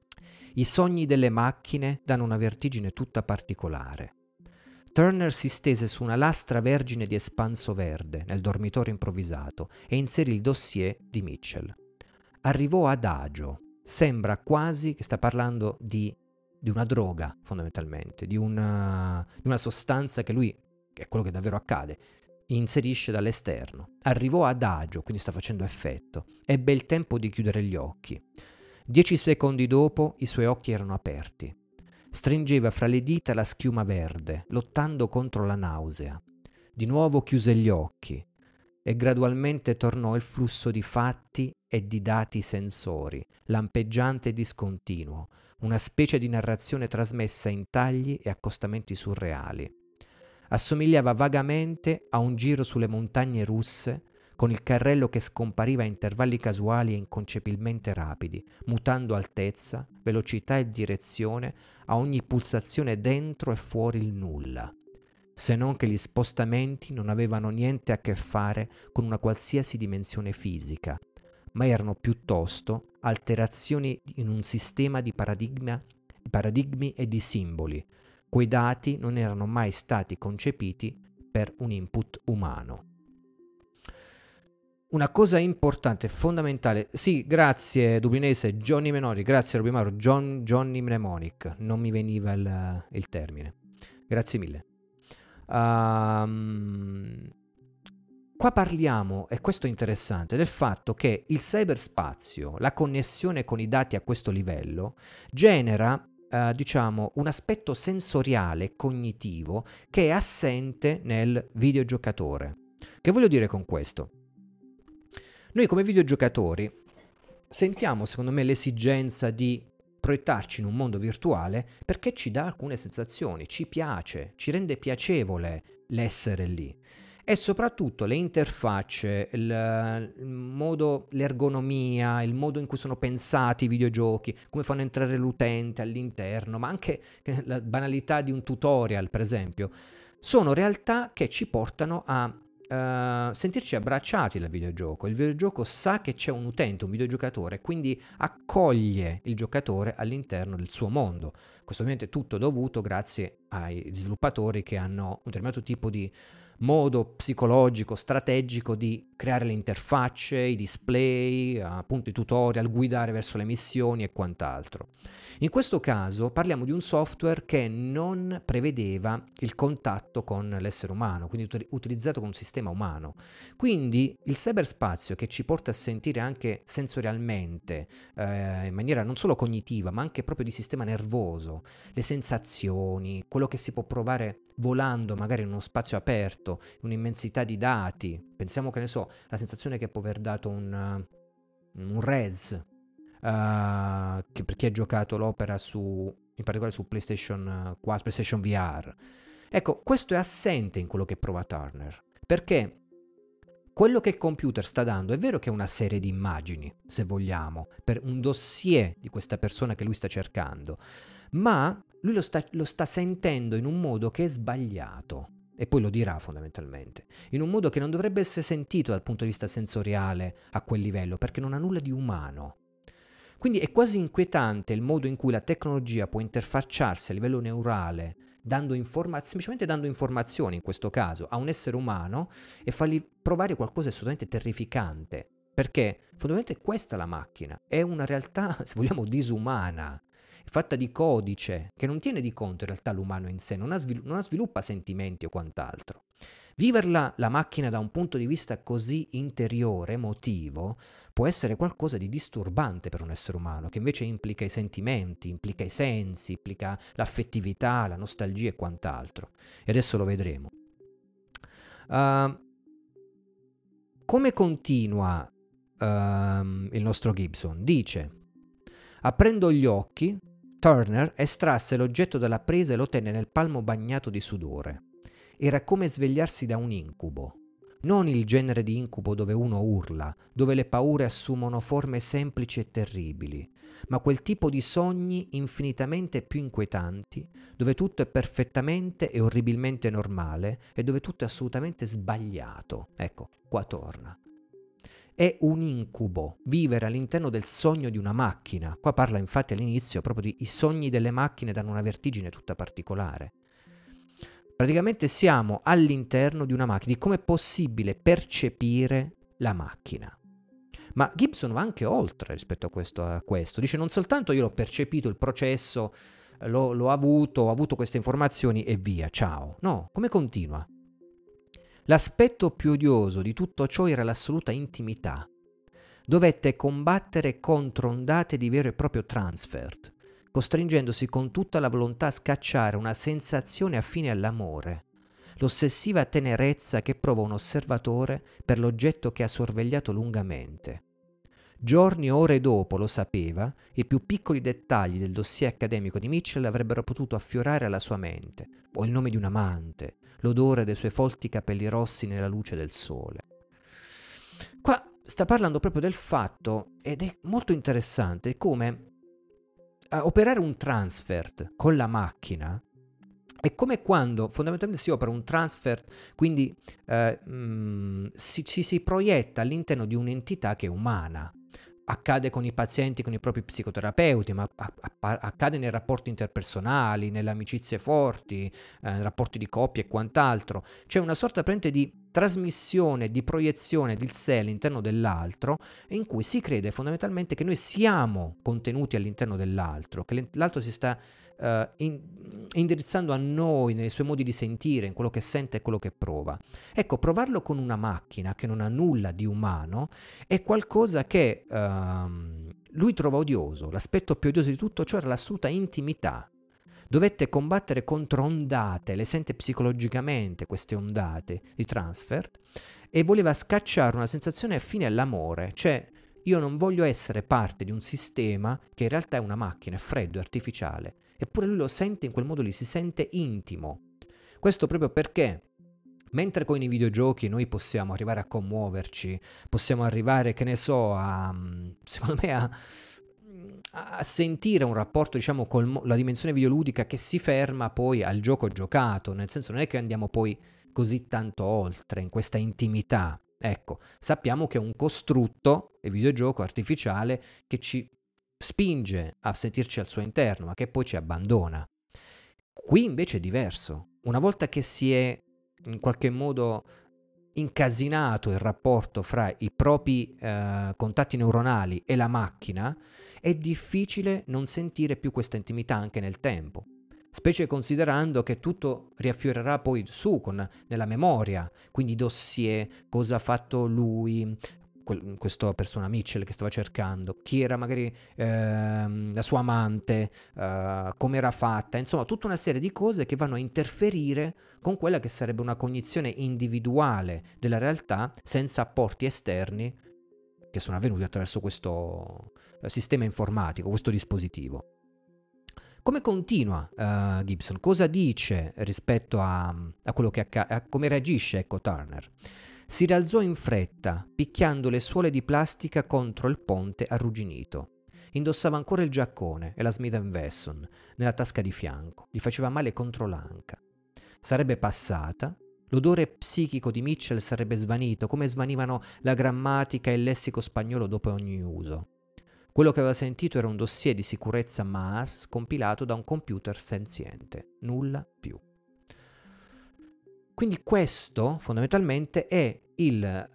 I sogni delle macchine danno una vertigine tutta particolare. Turner si stese su una lastra vergine di espanso verde nel dormitorio improvvisato e inserì il dossier di Mitchell. Arrivò adagio. Sembra quasi che sta parlando di, di una droga, fondamentalmente, di una, di una sostanza che lui, che è quello che davvero accade, inserisce dall'esterno. Arrivò adagio, quindi sta facendo effetto. Ebbe il tempo di chiudere gli occhi. Dieci secondi dopo i suoi occhi erano aperti. Stringeva fra le dita la schiuma verde, lottando contro la nausea. Di nuovo chiuse gli occhi e gradualmente tornò il flusso di fatti e di dati sensori, lampeggiante e discontinuo, una specie di narrazione trasmessa in tagli e accostamenti surreali. Assomigliava vagamente a un giro sulle montagne russe, con il carrello che scompariva a intervalli casuali e inconcepibilmente rapidi, mutando altezza, velocità e direzione a ogni pulsazione dentro e fuori il nulla, se non che gli spostamenti non avevano niente a che fare con una qualsiasi dimensione fisica, ma erano piuttosto alterazioni in un sistema di paradigma, di paradigmi e di simboli. Quei dati non erano mai stati concepiti per un input umano. Una cosa importante, fondamentale, sì, grazie Dublinese, Johnny Menori, grazie Robimaro, John, Johnny Mnemonic, non mi veniva il, il termine, grazie mille. Um, qua parliamo, e questo è interessante, del fatto che il cyberspazio, la connessione con i dati a questo livello, genera, uh, diciamo, un aspetto sensoriale, cognitivo, che è assente nel videogiocatore. Che voglio dire con questo? Noi come videogiocatori sentiamo, secondo me, l'esigenza di proiettarci in un mondo virtuale perché ci dà alcune sensazioni, ci piace, ci rende piacevole l'essere lì. E soprattutto le interfacce, il, il modo, l'ergonomia, il modo in cui sono pensati i videogiochi, come fanno entrare l'utente all'interno, ma anche la banalità di un tutorial, per esempio, sono realtà che ci portano a Uh, sentirci abbracciati dal videogioco. Il videogioco sa che c'è un utente, un videogiocatore, quindi accoglie il giocatore all'interno del suo mondo. Questo ovviamente è tutto dovuto grazie ai sviluppatori che hanno un determinato tipo di modo psicologico, strategico di creare le interfacce, i display, appunto i tutorial, guidare verso le missioni e quant'altro. In questo caso parliamo di un software che non prevedeva il contatto con l'essere umano, quindi ut- utilizzato con un sistema umano. Quindi il cyberspazio che ci porta a sentire anche sensorialmente, eh, in maniera non solo cognitiva, ma anche proprio di sistema nervoso, le sensazioni, quello che si può provare volando magari in uno spazio aperto, un'immensità di dati. Pensiamo, che ne so, la sensazione che può aver dato un, un Rez, Uh, che per chi ha giocato l'opera su, in particolare su PlayStation quattro, PlayStation V R. Ecco, questo è assente in quello che prova Turner, perché quello che il computer sta dando è vero che è una serie di immagini, se vogliamo, per un dossier di questa persona che lui sta cercando, ma lui lo sta, lo sta sentendo in un modo che è sbagliato. e poi lo dirà fondamentalmente, in un modo che non dovrebbe essere sentito dal punto di vista sensoriale a quel livello, perché non ha nulla di umano. Quindi è quasi inquietante il modo in cui la tecnologia può interfacciarsi a livello neurale, dando informa- semplicemente dando informazioni, in questo caso, a un essere umano e fargli provare qualcosa di assolutamente terrificante. Perché fondamentalmente questa è la macchina, è una realtà, se vogliamo, disumana, fatta di codice, che non tiene di conto in realtà l'umano in sé, non, ha svil- non sviluppa sentimenti o quant'altro. Viverla la macchina da un punto di vista così interiore, emotivo, può essere qualcosa di disturbante per un essere umano, che invece implica i sentimenti, implica i sensi, implica l'affettività, la nostalgia e quant'altro. E adesso lo vedremo. Uh, come continua uh, il nostro Gibson? Dice: aprendo gli occhi, Turner estrasse l'oggetto dalla presa e lo tenne nel palmo bagnato di sudore. Era come svegliarsi da un incubo. Non il genere di incubo dove uno urla, dove le paure assumono forme semplici e terribili, ma quel tipo di sogni infinitamente più inquietanti, dove tutto è perfettamente e orribilmente normale e dove tutto è assolutamente sbagliato. Ecco, qua torna. È un incubo vivere all'interno del sogno di una macchina. Qua parla infatti all'inizio proprio di i sogni delle macchine danno una vertigine tutta particolare. Praticamente siamo all'interno di una macchina, di come è possibile percepire la macchina. Ma Gibson va anche oltre rispetto a questo, a questo. Dice non soltanto io l'ho percepito, il processo, l'ho, l'ho avuto, ho avuto queste informazioni e via, ciao. No, come continua? L'aspetto più odioso di tutto ciò era l'assoluta intimità. Dovette combattere contro ondate di vero e proprio transfert, costringendosi con tutta la volontà a scacciare una sensazione affine all'amore, l'ossessiva tenerezza che prova un osservatore per l'oggetto che ha sorvegliato lungamente. Giorni o ore dopo, lo sapeva, i più piccoli dettagli del dossier accademico di Mitchell avrebbero potuto affiorare alla sua mente, o il nome di un amante, l'odore dei suoi folti capelli rossi nella luce del sole. Qua sta parlando proprio del fatto, ed è molto interessante, come uh, operare un transfert con la macchina è come quando fondamentalmente si opera un transfert, quindi uh, mh, si, ci si proietta all'interno di un'entità che è umana. Accade con i pazienti, con i propri psicoterapeuti, ma a- a- accade nei rapporti interpersonali, nelle amicizie forti, eh, nei rapporti di coppia e quant'altro. C'è una sorta di trasmissione, di proiezione del sé all'interno dell'altro, in cui si crede fondamentalmente che noi siamo contenuti all'interno dell'altro, che l'altro si sta uh, in, indirizzando a noi nei suoi modi di sentire, in quello che sente e quello che prova. Ecco, provarlo con una macchina che non ha nulla di umano è qualcosa che uh, lui trova odioso. L'aspetto più odioso di tutto ciò era l'assoluta intimità. Dovette combattere contro ondate, le sente psicologicamente queste ondate di transfert, e voleva scacciare una sensazione affine all'amore, cioè io non voglio essere parte di un sistema che in realtà è una macchina, è freddo, è artificiale, eppure lui lo sente in quel modo lì, si sente intimo. Questo proprio perché mentre con i videogiochi noi possiamo arrivare a commuoverci, possiamo arrivare, che ne so, a, secondo me a, a sentire un rapporto, diciamo, con la dimensione videoludica che si ferma poi al gioco giocato, nel senso non è che andiamo poi così tanto oltre in questa intimità. Ecco, sappiamo che è un costrutto, il videogioco artificiale, che ci spinge a sentirci al suo interno, ma che poi ci abbandona. Qui invece è diverso. Una volta che si è in qualche modo incasinato il rapporto fra i propri eh, contatti neuronali e la macchina, è difficile non sentire più questa intimità anche nel tempo, specie considerando che tutto riaffiorerà poi su con, nella memoria, quindi dossier, cosa ha fatto lui, quel, questa persona Mitchell che stava cercando, chi era magari ehm, la sua amante, eh, come era fatta, insomma tutta una serie di cose che vanno a interferire con quella che sarebbe una cognizione individuale della realtà senza apporti esterni che sono avvenuti attraverso questo sistema informatico, questo dispositivo. Come continua uh, Gibson? Cosa dice rispetto a, a quello che accade, a come reagisce ecco Turner? Si rialzò in fretta, picchiando le suole di plastica contro il ponte arrugginito. Indossava ancora il giaccone e la Smith and Wesson nella tasca di fianco. Gli faceva male contro l'anca. Sarebbe passata L'odore psichico di Mitchell sarebbe svanito, come svanivano la grammatica e il lessico spagnolo dopo ogni uso. Quello che aveva sentito era un dossier di sicurezza Mars compilato da un computer senziente, nulla più. Quindi questo fondamentalmente è il,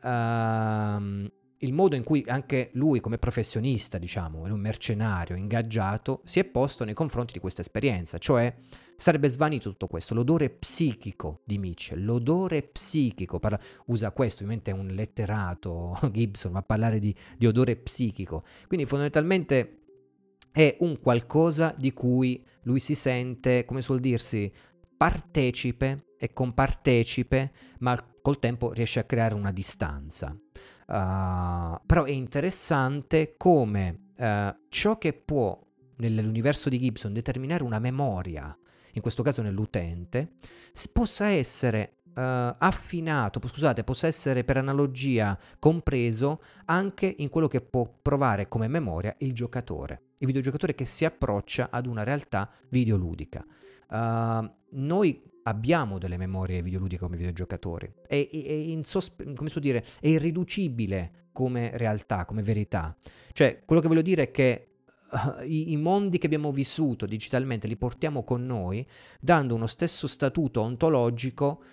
uh, il modo in cui anche lui come professionista, diciamo, un mercenario ingaggiato, si è posto nei confronti di questa esperienza, cioè sarebbe svanito tutto questo, l'odore psichico di Mitchell, l'odore psichico, parla, usa questo, ovviamente è un letterato, Gibson va a parlare di, di odore psichico, quindi fondamentalmente è un qualcosa di cui lui si sente, come suol dirsi, partecipe e compartecipe, ma col tempo riesce a creare una distanza. Uh, però è interessante come uh, ciò che può nell'universo di Gibson determinare una memoria, in questo caso nell'utente, possa essere uh, affinato, scusate, possa essere per analogia compreso anche in quello che può provare come memoria il giocatore, il videogiocatore che si approccia ad una realtà videoludica. Uh, noi abbiamo delle memorie videoludiche come videogiocatori, è, è, è, insospe- come so dire, è irriducibile come realtà, come verità. Cioè, quello che voglio dire è che uh, i, i mondi che abbiamo vissuto digitalmente li portiamo con noi, dando uno stesso statuto ontologico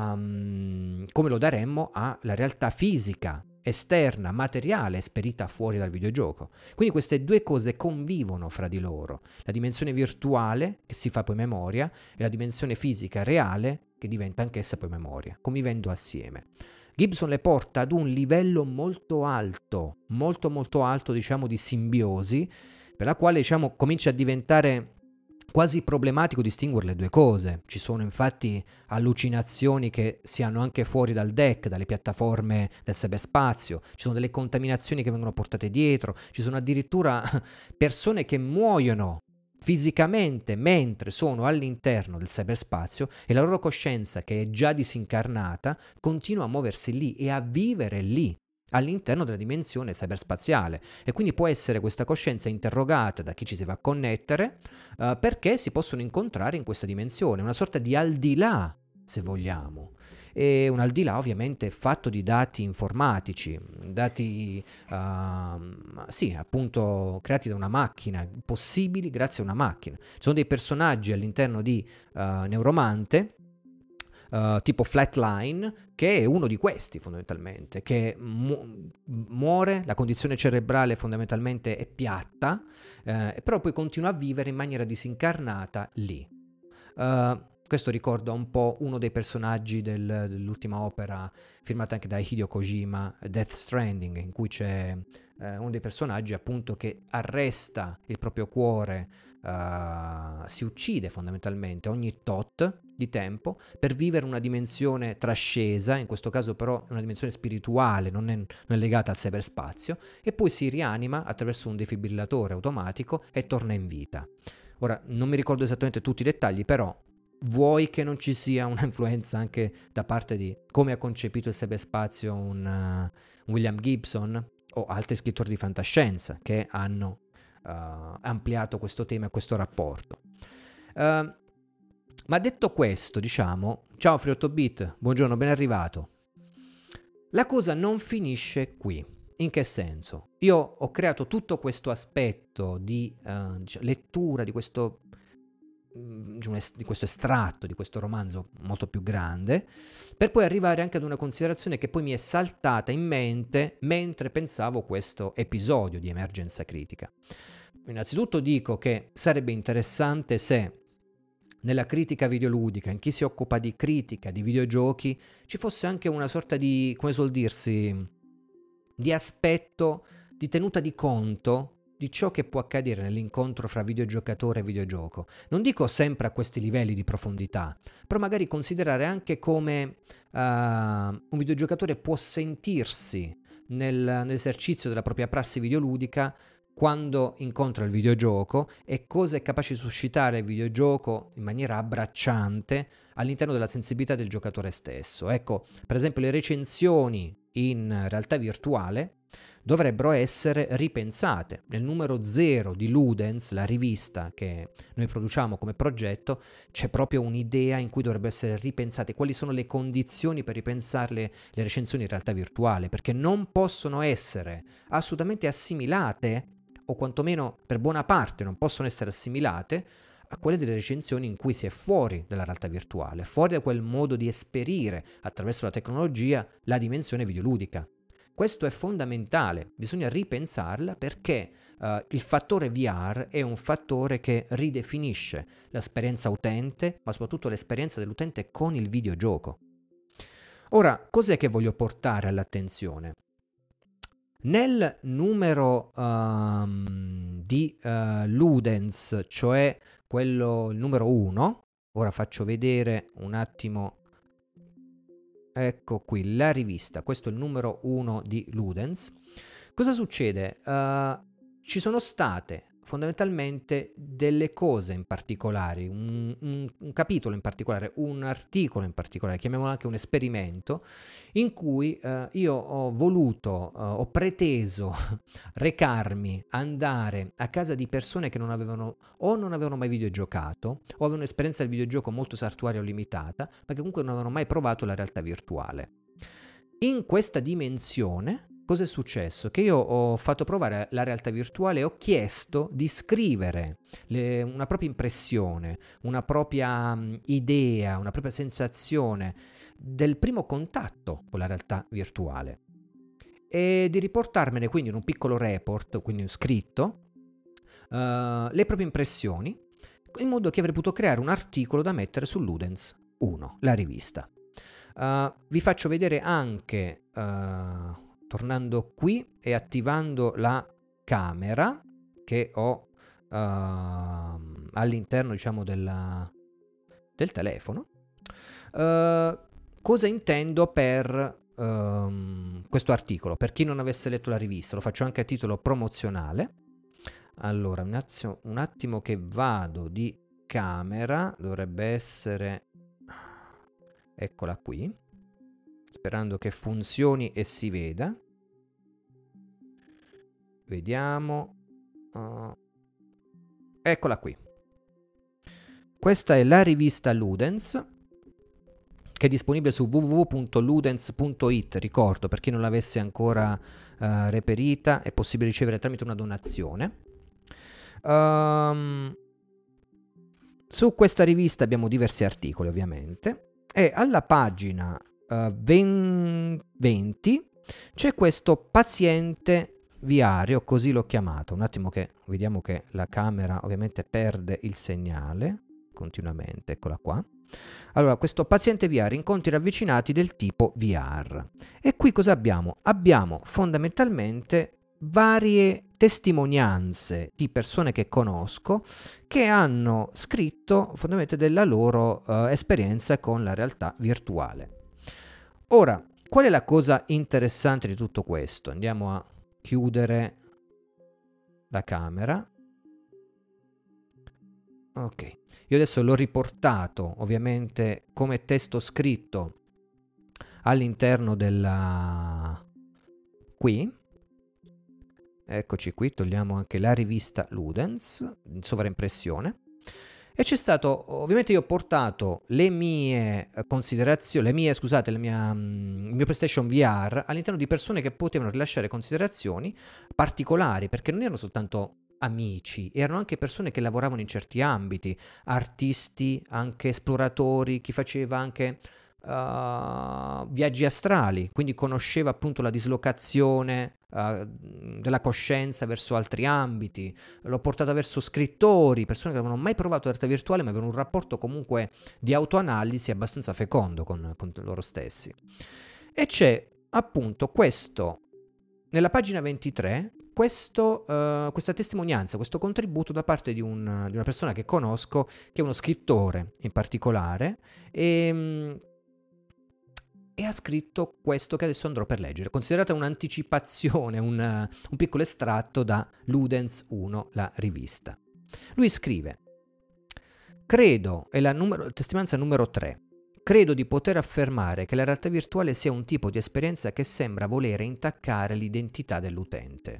um, come lo daremmo alla realtà fisica, esterna, materiale, esperita fuori dal videogioco. Quindi queste due cose convivono fra di loro, la dimensione virtuale che si fa poi memoria e la dimensione fisica reale che diventa anch'essa poi memoria, convivendo assieme. Gibson le porta ad un livello molto alto, molto molto alto, diciamo, di simbiosi, per la quale, diciamo, comincia a diventare quasi problematico distinguere le due cose. Ci sono infatti allucinazioni che si hanno anche fuori dal deck, dalle piattaforme del cyberspazio, ci sono delle contaminazioni che vengono portate dietro, ci sono addirittura persone che muoiono fisicamente mentre sono all'interno del cyberspazio e la loro coscienza, che è già disincarnata, continua a muoversi lì e a vivere lì, all'interno della dimensione cyberspaziale, e quindi può essere questa coscienza interrogata da chi ci si va a connettere uh, perché si possono incontrare in questa dimensione, una sorta di al di là, se vogliamo, e un al di là ovviamente fatto di dati informatici, dati uh, sì, appunto creati da una macchina, possibili grazie a una macchina. Ci sono dei personaggi all'interno di uh, Neuromante, Uh, tipo Flatline, che è uno di questi fondamentalmente, che mu- muore, la condizione cerebrale fondamentalmente è piatta, eh, però poi continua a vivere in maniera disincarnata lì. Uh, questo ricorda un po' uno dei personaggi del, dell'ultima opera firmata anche da Hideo Kojima, Death Stranding, in cui c'è eh, uno dei personaggi appunto che arresta il proprio cuore, uh, si uccide fondamentalmente ogni tot di tempo per vivere una dimensione trascesa, in questo caso però una dimensione spirituale, non è, non è legata al cyberspazio, e poi si rianima attraverso un defibrillatore automatico e torna in vita. Ora, non mi ricordo esattamente tutti i dettagli, però vuoi che non ci sia una influenza anche da parte di come ha concepito il cyberspazio un uh, William Gibson o altri scrittori di fantascienza che hanno uh, ampliato questo tema e questo rapporto. Uh, ma detto questo, diciamo, ciao Free otto bit, buongiorno, ben arrivato. La cosa non finisce qui. In che senso? Io ho creato tutto questo aspetto di uh, lettura di questo, di questo estratto, di questo romanzo molto più grande, per poi arrivare anche ad una considerazione che poi mi è saltata in mente mentre pensavo questo episodio di Emergenza Critica. Innanzitutto dico che sarebbe interessante se nella critica videoludica, in chi si occupa di critica di videogiochi, ci fosse anche una sorta di, come suol dirsi, di aspetto di tenuta di conto di ciò che può accadere nell'incontro fra videogiocatore e videogioco. Non dico sempre a questi livelli di profondità, però magari considerare anche come uh, un videogiocatore può sentirsi nel, nell'esercizio della propria prassi videoludica quando incontra il videogioco e cosa è capace di suscitare il videogioco in maniera abbracciante all'interno della sensibilità del giocatore stesso. Ecco, per esempio le recensioni in realtà virtuale dovrebbero essere ripensate. Nel numero zero di Ludens, la rivista che noi produciamo come progetto, c'è proprio un'idea in cui dovrebbero essere ripensate quali sono le condizioni per ripensarle le recensioni in realtà virtuale, perché non possono essere assolutamente assimilate, o quantomeno per buona parte non possono essere assimilate a quelle delle recensioni in cui si è fuori dalla realtà virtuale, fuori da quel modo di esperire attraverso la tecnologia la dimensione videoludica. Questo è fondamentale, bisogna ripensarla perché uh, il fattore V R è un fattore che ridefinisce l'esperienza utente, ma soprattutto l'esperienza dell'utente con il videogioco. Ora, cos'è che voglio portare all'attenzione? Nel numero um, di uh, Ludens, cioè quello il numero uno, ora faccio vedere un attimo, ecco qui la rivista, questo è il numero uno di Ludens. Cosa succede? Uh, ci sono state fondamentalmente delle cose in particolare, un, un, un capitolo in particolare, un articolo in particolare, chiamiamolo anche un esperimento, in cui uh, io ho voluto, uh, ho preteso recarmi, andare a casa di persone che non avevano o non avevano mai videogiocato o avevano un'esperienza del videogioco molto saltuaria o limitata, ma che comunque non avevano mai provato la realtà virtuale. In questa dimensione cosa è successo? Che io ho fatto provare la realtà virtuale e ho chiesto di scrivere le, una propria impressione, una propria um, idea, una propria sensazione del primo contatto con la realtà virtuale e di riportarmene quindi in un piccolo report, quindi un scritto, uh, le proprie impressioni, in modo che avrei potuto creare un articolo da mettere su Ludens uno, la rivista. Uh, vi faccio vedere anche... Uh, tornando qui e attivando la camera che ho uh, all'interno, diciamo, della, del telefono, uh, cosa intendo per um, questo articolo. Per chi non avesse letto la rivista, lo faccio anche a titolo promozionale. Allora, un attimo, un attimo che vado di camera, dovrebbe essere... eccola qui. Sperando che funzioni e si veda. Vediamo. Uh, eccola qui. Questa è la rivista Ludens, che è disponibile su w w w punto ludens punto i t. Ricordo, per chi non l'avesse ancora uh, reperita, è possibile ricevere tramite una donazione. Um, su questa rivista abbiamo diversi articoli, ovviamente, e alla pagina Uh, venti c'è questo paziente viario, così l'ho chiamato. Un attimo che vediamo che la camera ovviamente perde il segnale continuamente, eccola qua. Allora, questo paziente V R, incontri ravvicinati del tipo V R. E qui cosa abbiamo? Abbiamo fondamentalmente varie testimonianze di persone che conosco che hanno scritto fondamentalmente della loro uh, esperienza con la realtà virtuale. Ora, qual è la cosa interessante di tutto questo? Andiamo a chiudere la camera. Ok, io adesso l'ho riportato ovviamente come testo scritto all'interno della... qui. Eccoci qui, togliamo anche la rivista Ludens in sovraimpressione. E c'è stato, ovviamente io ho portato le mie considerazioni, le mie, scusate, le mia, il mio PlayStation V R all'interno di persone che potevano rilasciare considerazioni particolari, perché non erano soltanto amici, erano anche persone che lavoravano in certi ambiti, artisti, anche esploratori, chi faceva anche uh, viaggi astrali, quindi conosceva appunto la dislocazione Uh, della coscienza verso altri ambiti. L'ho portata verso scrittori, persone che non avevano mai provato la realtà virtuale ma avevano un rapporto comunque di autoanalisi abbastanza fecondo con, con loro stessi. E c'è appunto questo, nella pagina ventitré, questo, uh, questa testimonianza, questo contributo da parte di, un, di una persona che conosco, che è uno scrittore in particolare, e... Um, e ha scritto questo che adesso andrò per leggere, considerata un'anticipazione, un, uh, un piccolo estratto da Ludens uno, la rivista. Lui scrive: credo, è la numero, testimonianza numero tre, credo di poter affermare che la realtà virtuale sia un tipo di esperienza che sembra volere intaccare l'identità dell'utente.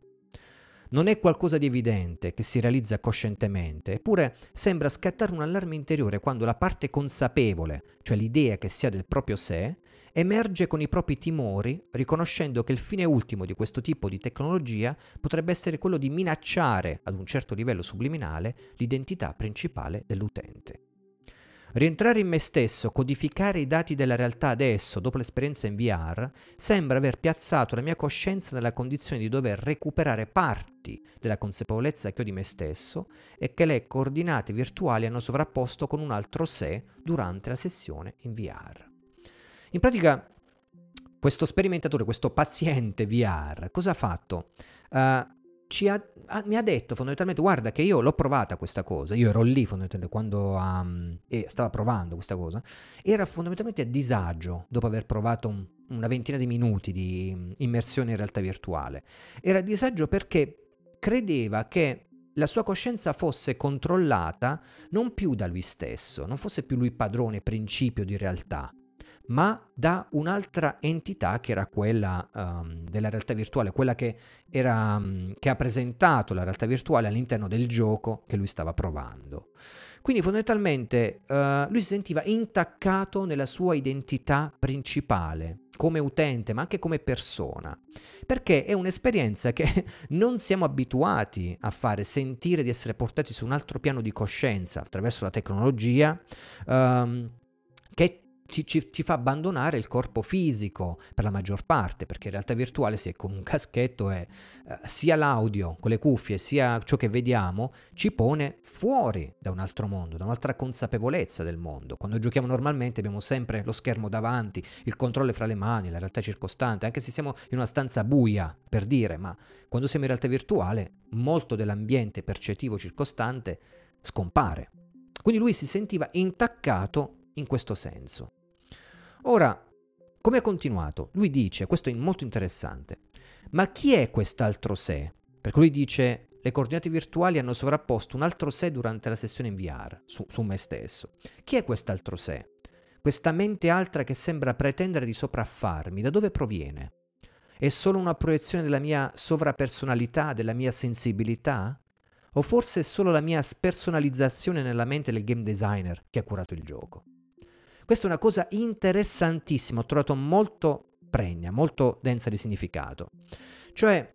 Non è qualcosa di evidente che si realizza coscientemente, eppure sembra scattare un allarme interiore quando la parte consapevole, cioè l'idea che si ha del proprio sé, emerge con i propri timori, riconoscendo che il fine ultimo di questo tipo di tecnologia potrebbe essere quello di minacciare, ad un certo livello subliminale, l'identità principale dell'utente. Rientrare in me stesso, codificare i dati della realtà adesso, dopo l'esperienza in V R, sembra aver piazzato la mia coscienza nella condizione di dover recuperare parti della consapevolezza che ho di me stesso e che le coordinate virtuali hanno sovrapposto con un altro sé durante la sessione in V R. In pratica, questo sperimentatore, questo paziente V R, cosa ha fatto? Uh, Ci ha, ha, mi ha detto fondamentalmente: guarda che io l'ho provata questa cosa, io ero lì fondamentalmente quando um, e stava provando questa cosa, era fondamentalmente a disagio dopo aver provato un, una ventina di minuti di um, immersione in realtà virtuale. Era a disagio perché credeva che la sua coscienza fosse controllata non più da lui stesso, non fosse più lui padrone, principio di realtà, ma da un'altra entità che era quella um, della realtà virtuale, quella che, era, um, che ha presentato la realtà virtuale all'interno del gioco che lui stava provando. Quindi fondamentalmente uh, lui si sentiva intaccato nella sua identità principale, come utente, ma anche come persona, perché è un'esperienza che non siamo abituati a fare, sentire di essere portati su un altro piano di coscienza attraverso la tecnologia, um, che Ti, ci, ci fa abbandonare il corpo fisico per la maggior parte, perché in realtà virtuale si è con un caschetto e eh, sia l'audio con le cuffie sia ciò che vediamo ci pone fuori da un altro mondo, da un'altra consapevolezza del mondo. Quando giochiamo normalmente abbiamo sempre lo schermo davanti, il controllo fra le mani, la realtà circostante, anche se siamo in una stanza buia, per dire, ma quando siamo in realtà virtuale molto dell'ambiente percettivo circostante scompare. Quindi lui si sentiva intaccato in questo senso. Ora, come ha continuato? Lui dice, questo è molto interessante, ma chi è quest'altro sé? Perché lui dice, le coordinate virtuali hanno sovrapposto un altro sé durante la sessione in V R, su, su me stesso. Chi è quest'altro sé? Questa mente altra che sembra pretendere di sopraffarmi, da dove proviene? È solo una proiezione della mia sovrapersonalità, della mia sensibilità? O forse è solo la mia spersonalizzazione nella mente del game designer che ha curato il gioco? Questa è una cosa interessantissima, ho trovato molto pregna, molto densa di significato. Cioè,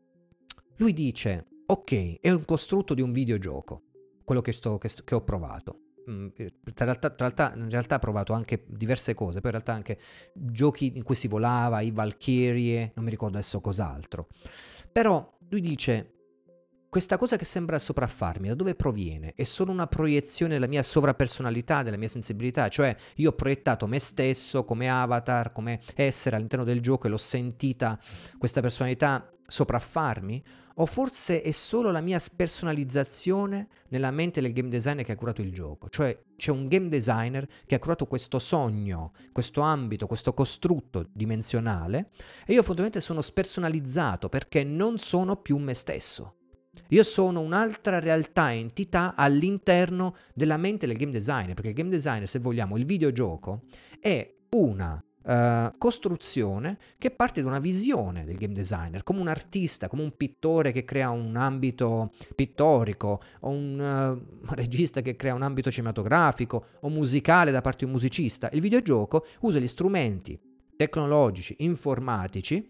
lui dice, ok, è un costrutto di un videogioco, quello che, sto, che, sto, che ho provato. Mm, tra realtà, tra realtà, in realtà ho provato anche diverse cose, poi in realtà anche giochi in cui si volava, i Valkyrie, non mi ricordo adesso cos'altro. Però lui dice, questa cosa che sembra sopraffarmi, da dove proviene? È solo una proiezione della mia sovrapersonalità, della mia sensibilità? Cioè, io ho proiettato me stesso come avatar, come essere all'interno del gioco e l'ho sentita questa personalità sopraffarmi? O forse è solo la mia spersonalizzazione nella mente del game designer che ha curato il gioco? Cioè, c'è un game designer che ha curato questo sogno, questo ambito, questo costrutto dimensionale e io fondamentalmente sono spersonalizzato perché non sono più me stesso. Io sono un'altra realtà, entità all'interno della mente del game designer, perché il game designer, se vogliamo, il videogioco, è una uh, costruzione che parte da una visione del game designer, come un artista, come un pittore che crea un ambito pittorico, o un uh, regista che crea un ambito cinematografico, o musicale da parte di un musicista. Il videogioco usa gli strumenti tecnologici, informatici,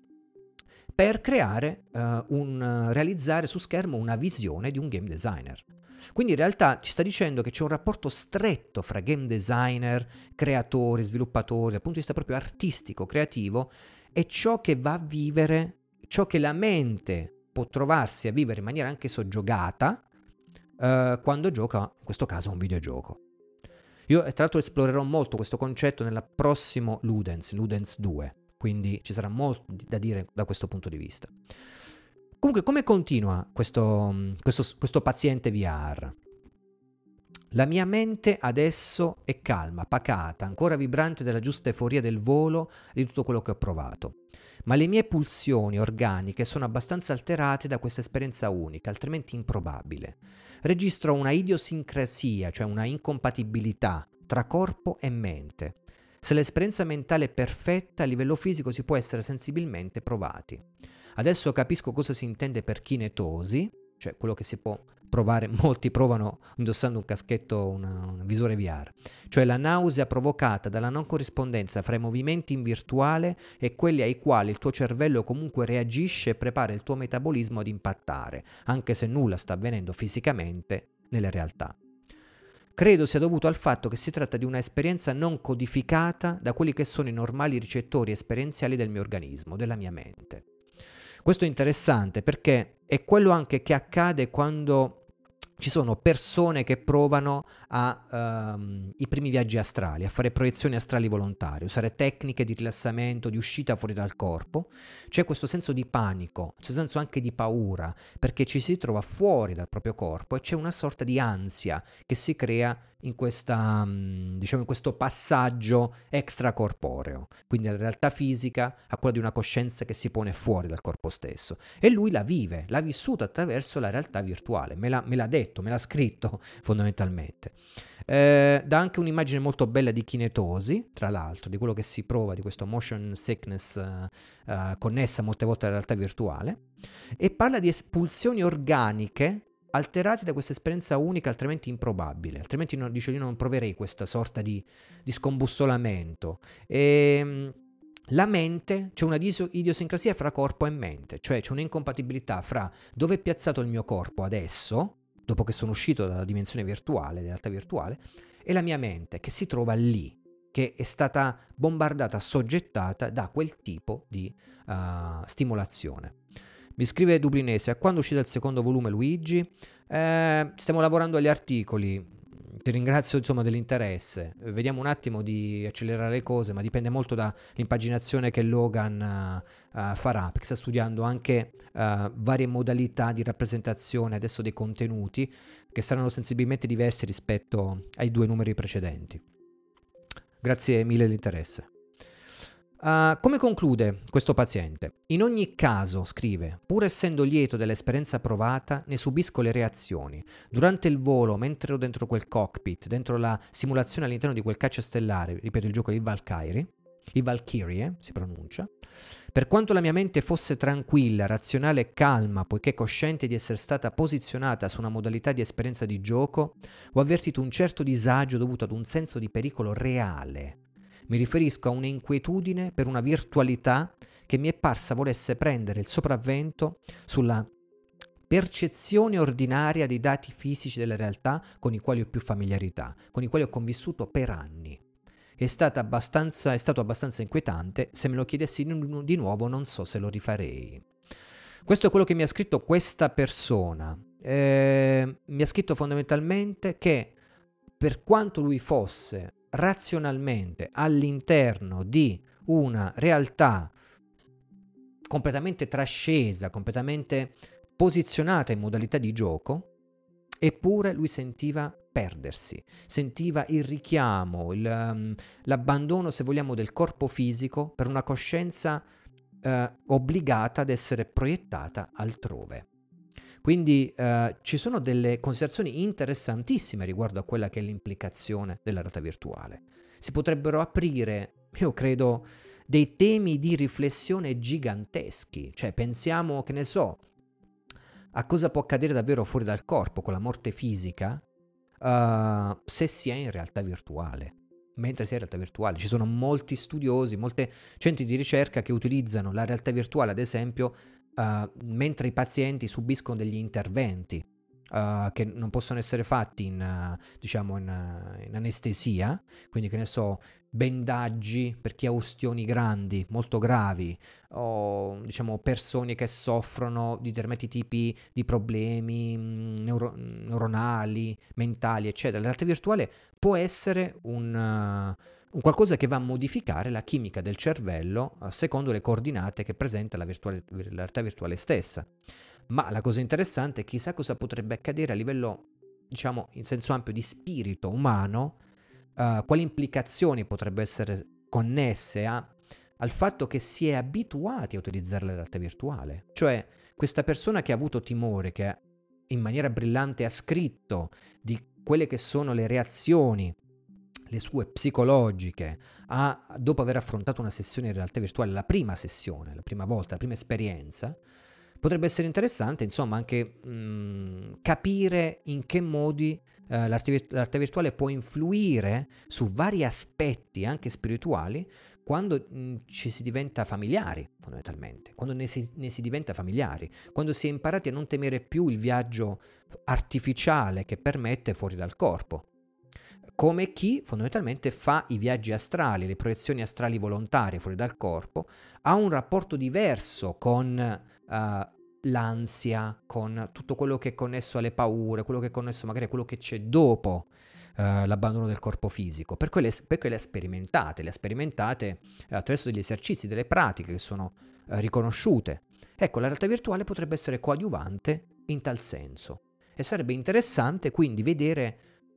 per creare uh, un uh, realizzare su schermo una visione di un game designer. Quindi in realtà ci sta dicendo che c'è un rapporto stretto fra game designer, creatori, sviluppatori, dal punto di vista proprio artistico, creativo, e ciò che va a vivere, ciò che la mente può trovarsi a vivere in maniera anche soggiogata uh, quando gioca, in questo caso, un videogioco. Io tra l'altro esplorerò molto questo concetto nel prossimo Ludens, Ludens due. Quindi ci sarà molto da dire da questo punto di vista. Comunque, come continua questo, questo, questo paziente V R? La mia mente adesso è calma, pacata, ancora vibrante della giusta euforia del volo e di tutto quello che ho provato. Ma le mie pulsioni organiche sono abbastanza alterate da questa esperienza unica, altrimenti improbabile. Registro una idiosincrasia, cioè una incompatibilità tra corpo e mente. Se l'esperienza mentale è perfetta, a livello fisico si può essere sensibilmente provati. Adesso capisco cosa si intende per kinetosi, cioè quello che si può provare, molti provano indossando un caschetto, una, un visore V R, cioè la nausea provocata dalla non corrispondenza fra i movimenti in virtuale e quelli ai quali il tuo cervello comunque reagisce e prepara il tuo metabolismo ad impattare, anche se nulla sta avvenendo fisicamente nella realtà. Credo sia dovuto al fatto che si tratta di una esperienza non codificata da quelli che sono i normali ricettori esperienziali del mio organismo, della mia mente. Questo è interessante perché è quello anche che accade quando ci sono persone che provano a, um, i primi viaggi astrali, a fare proiezioni astrali volontarie, usare tecniche di rilassamento, di uscita fuori dal corpo. C'è questo senso di panico, c'è senso anche di paura, perché ci si trova fuori dal proprio corpo e c'è una sorta di ansia che si crea in, questa, diciamo, in questo passaggio extracorporeo, quindi la realtà fisica a quella di una coscienza che si pone fuori dal corpo stesso. E lui la vive, l'ha vissuta attraverso la realtà virtuale, me l'ha, me l'ha detto, me l'ha scritto fondamentalmente. Eh, dà anche un'immagine molto bella di kinetosi, tra l'altro, di quello che si prova, di questo motion sickness uh, uh, connessa molte volte alla realtà virtuale, e parla di espulsioni organiche alterati da questa esperienza unica, altrimenti improbabile, altrimenti non, dice io non proverei questa sorta di, di scombussolamento. E la mente, c'è una idiosincrasia fra corpo e mente, cioè c'è un'incompatibilità fra dove è piazzato il mio corpo adesso, dopo che sono uscito dalla dimensione virtuale, della realtà virtuale, e la mia mente che si trova lì, che è stata bombardata, assoggettata da quel tipo di uh, stimolazione. Mi scrive Dublinese: a quando uscirà il secondo volume, Luigi? Eh, stiamo lavorando agli articoli, ti ringrazio insomma dell'interesse, vediamo un attimo di accelerare le cose, ma dipende molto dall'impaginazione che Logan uh, uh, farà, perché sta studiando anche uh, varie modalità di rappresentazione adesso dei contenuti che saranno sensibilmente diversi rispetto ai due numeri precedenti. Grazie mille dell'interesse. Uh, come conclude questo paziente? In ogni caso, scrive, pur essendo lieto dell'esperienza provata, ne subisco le reazioni. Durante il volo, mentre ero dentro quel cockpit, dentro la simulazione all'interno di quel caccia stellare, ripeto il gioco di Valkyrie, i Valkyrie si pronuncia, per quanto la mia mente fosse tranquilla, razionale e calma, poiché cosciente di essere stata posizionata su una modalità di esperienza di gioco, ho avvertito un certo disagio dovuto ad un senso di pericolo reale. Mi riferisco a un'inquietudine per una virtualità che mi è parsa volesse prendere il sopravvento sulla percezione ordinaria dei dati fisici della realtà con i quali ho più familiarità, con i quali ho convissuto per anni. È, stata abbastanza, è stato abbastanza inquietante, se me lo chiedessi di nuovo non so se lo rifarei. Questo è quello che mi ha scritto questa persona. Eh, mi ha scritto fondamentalmente che per quanto lui fosse razionalmente all'interno di una realtà completamente trascesa, completamente posizionata in modalità di gioco, eppure lui sentiva perdersi, sentiva il richiamo, il, um, l'abbandono, se vogliamo, del corpo fisico per una coscienza uh, obbligata ad essere proiettata altrove. Quindi uh, ci sono delle considerazioni interessantissime riguardo a quella che è l'implicazione della realtà virtuale. Si potrebbero aprire, io credo, dei temi di riflessione giganteschi. Cioè pensiamo, che ne so, a cosa può accadere davvero fuori dal corpo con la morte fisica uh, se si è in realtà virtuale. Mentre si è in realtà virtuale. Ci sono molti studiosi, molti centri di ricerca che utilizzano la realtà virtuale, ad esempio, Uh, mentre i pazienti subiscono degli interventi uh, che non possono essere fatti in, uh, diciamo in, uh, in anestesia, quindi che ne so, bendaggi per chi ha ustioni grandi, molto gravi, o diciamo persone che soffrono di determinati tipi di problemi mh, neuro- neuronali, mentali, eccetera. La realtà virtuale può essere un... Uh, un qualcosa che va a modificare la chimica del cervello secondo le coordinate che presenta la, virtuale, la realtà virtuale stessa. Ma la cosa interessante è chissà cosa potrebbe accadere a livello, diciamo, in senso ampio di spirito umano, uh, quali implicazioni potrebbero essere connesse a, al fatto che si è abituati a utilizzare la realtà virtuale. Cioè, questa persona che ha avuto timore, che in maniera brillante ha scritto di quelle che sono le reazioni le sue psicologiche, a, dopo aver affrontato una sessione in realtà virtuale, la prima sessione, la prima volta, la prima esperienza, potrebbe essere interessante, insomma, anche mh, capire in che modi eh, l'arte, l'arte virtuale può influire su vari aspetti, anche spirituali, quando mh, ci si diventa familiari, fondamentalmente, quando ne si, ne si diventa familiari, quando si è imparati a non temere più il viaggio artificiale che permette fuori dal corpo. Come chi fondamentalmente fa i viaggi astrali, le proiezioni astrali volontarie fuori dal corpo, ha un rapporto diverso con uh, l'ansia, con tutto quello che è connesso alle paure, quello che è connesso magari a quello che c'è dopo uh, l'abbandono del corpo fisico, perché le, perché le ha sperimentate, le ha sperimentate attraverso degli esercizi, delle pratiche che sono uh, riconosciute. Ecco, la realtà virtuale potrebbe essere coadiuvante in tal senso e sarebbe interessante quindi vedere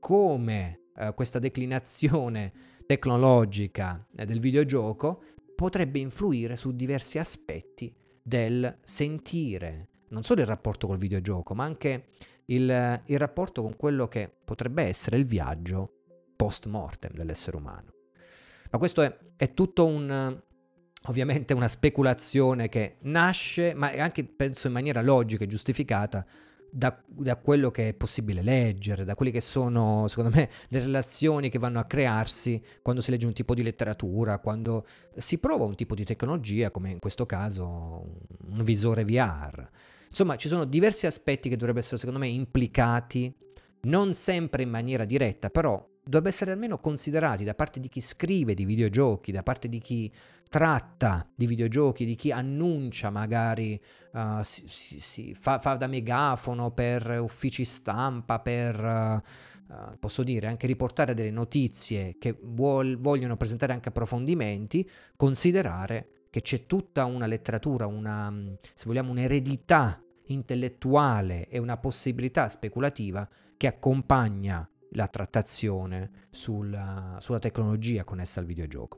come Uh, questa declinazione tecnologica uh, del videogioco potrebbe influire su diversi aspetti del sentire, non solo il rapporto col videogioco, ma anche il, il rapporto con quello che potrebbe essere il viaggio post mortem dell'essere umano. Ma questo è, è tutto un... ovviamente una speculazione che nasce, ma è anche, penso, in maniera logica e giustificata, Da, da quello che è possibile leggere, da quelle che sono, secondo me, le relazioni che vanno a crearsi quando si legge un tipo di letteratura, quando si prova un tipo di tecnologia, come in questo caso un visore V R. Insomma, ci sono diversi aspetti che dovrebbero essere, secondo me, implicati, non sempre in maniera diretta, però dovrebbe essere almeno considerati da parte di chi scrive di videogiochi, da parte di chi tratta di videogiochi, di chi annuncia magari, uh, si, si, si fa, fa da megafono per uffici stampa, per, uh, uh, posso dire, anche riportare delle notizie che vuol, vogliono presentare anche approfondimenti, considerare che c'è tutta una letteratura, una, se vogliamo, un'eredità intellettuale e una possibilità speculativa che accompagna la trattazione sulla, sulla tecnologia connessa al videogioco.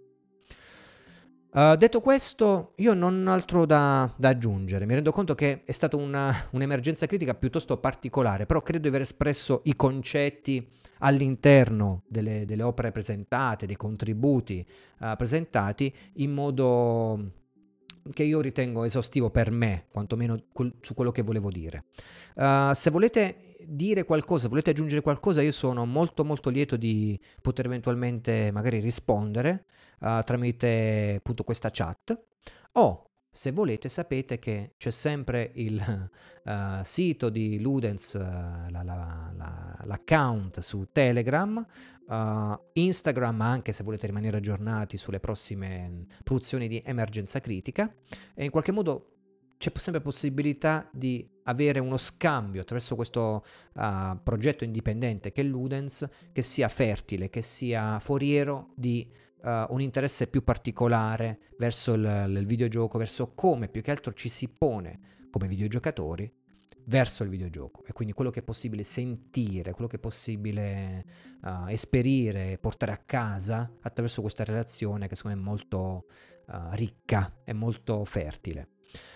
Uh, detto questo, io non ho altro da, da aggiungere. Mi rendo conto che è stata una, un'emergenza critica piuttosto particolare, però credo di aver espresso i concetti all'interno delle, delle opere presentate, dei contributi uh, presentati, in modo che io ritengo esaustivo per me, quantomeno quel, su quello che volevo dire. Uh, se volete dire qualcosa, volete aggiungere qualcosa, io sono molto molto lieto di poter eventualmente magari rispondere uh, tramite appunto questa chat, o se volete sapete che c'è sempre il uh, sito di Ludens, uh, la, la, la, l'account su Telegram, uh, Instagram, anche se volete rimanere aggiornati sulle prossime produzioni di Emergenza Critica, e in qualche modo c'è sempre possibilità di avere uno scambio attraverso questo uh, progetto indipendente che è Ludens, che sia fertile, che sia foriero di uh, un interesse più particolare verso il, il videogioco, verso come più che altro ci si pone come videogiocatori verso il videogioco, e quindi quello che è possibile sentire, quello che è possibile uh, esperire, portare a casa attraverso questa relazione che secondo me è molto uh, ricca e molto fertile.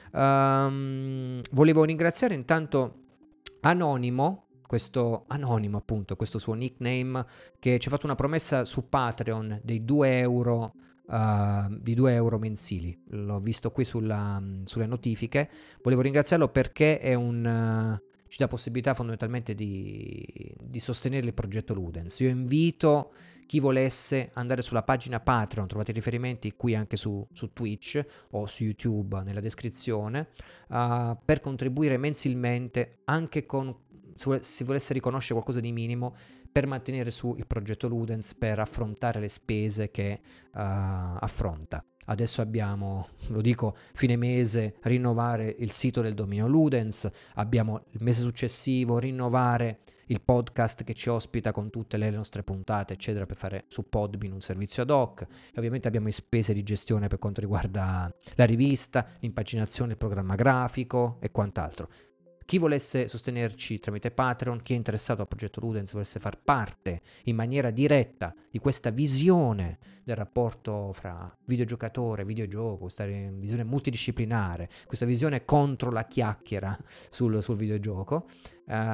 Um, volevo ringraziare intanto Anonimo, questo Anonimo appunto, questo suo nickname, che ci ha fatto una promessa su Patreon dei due euro, uh, di due euro mensili. L'ho visto qui sulla, sulle notifiche. Volevo ringraziarlo perché è un... Uh, ci dà possibilità fondamentalmente di, di sostenere il progetto Ludens. Io invito chi volesse andare sulla pagina Patreon, trovate i riferimenti qui anche su, su Twitch o su YouTube nella descrizione, uh, per contribuire mensilmente anche con, se volesse riconoscere qualcosa di minimo, per mantenere su il progetto Ludens, per affrontare le spese che uh, affronta. Adesso abbiamo, lo dico, fine mese, rinnovare il sito del dominio Ludens, abbiamo il mese successivo rinnovare il podcast che ci ospita con tutte le nostre puntate, eccetera, per fare su Podbean un servizio ad hoc, e ovviamente abbiamo le spese di gestione per quanto riguarda la rivista, l'impaginazione, il programma grafico e quant'altro. Chi volesse sostenerci tramite Patreon, chi è interessato al progetto Ludens, volesse far parte in maniera diretta di questa visione del rapporto fra videogiocatore e videogioco, questa visione multidisciplinare, questa visione contro la chiacchiera sul, sul videogioco, uh,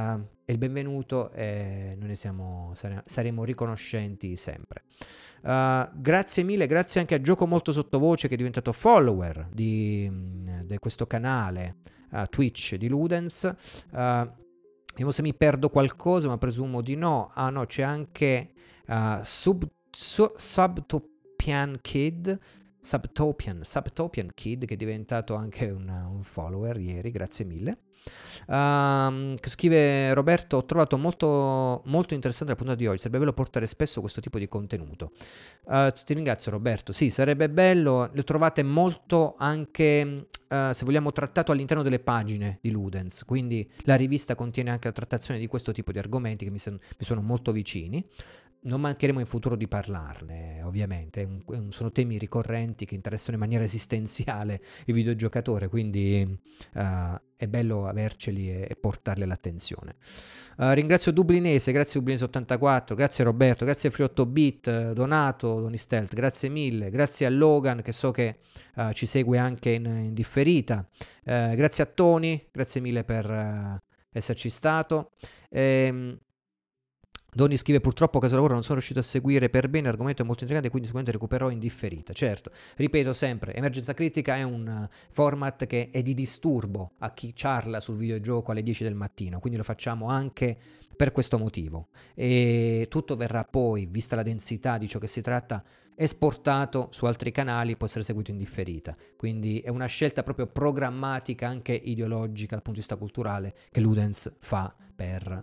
è il benvenuto e noi ne siamo, sare- saremo riconoscenti sempre. Uh, grazie mille, grazie anche a Gioco Molto Sottovoce che è diventato follower di, di questo canale uh, Twitch di Ludens. Uh, vediamo se mi perdo qualcosa, ma presumo di no. Ah no, c'è anche uh, Sub, su, Subtopian Kid, Subtopian, Subtopian Kid che è diventato anche un, un follower ieri, grazie mille. Um, scrive Roberto: ho trovato molto, molto interessante la puntata di oggi, sarebbe bello portare spesso questo tipo di contenuto. Uh, ti ringrazio Roberto, sì, sarebbe bello. Lo trovate molto anche uh, se vogliamo trattato all'interno delle pagine di Ludens, quindi la rivista contiene anche la trattazione di questo tipo di argomenti che mi, sen- mi sono molto vicini. Non mancheremo in futuro di parlarne, ovviamente, un, un, sono temi ricorrenti che interessano in maniera esistenziale il videogiocatore, quindi uh, è bello averceli e, e portarli all'attenzione. Uh, ringrazio Dublinese, grazie Dublinese ottantaquattro, grazie Roberto, grazie Free otto bit, Donato, Donistelt, grazie mille, grazie a Logan che so che uh, ci segue anche in, in differita, uh, grazie a Tony, grazie mille per uh, esserci stato. Ehm, Doni scrive: purtroppo a caso lavoro non sono riuscito a seguire per bene, l'argomento è molto intrigante, quindi sicuramente recupererò in differita. Certo, ripeto sempre, Emergenza Critica è un format che è di disturbo a chi charla sul videogioco alle dieci del mattino, quindi lo facciamo anche per questo motivo. E tutto verrà poi, vista la densità di ciò che si tratta, esportato su altri canali, può essere seguito in differita. Quindi è una scelta proprio programmatica, anche ideologica dal punto di vista culturale, che Ludens fa per...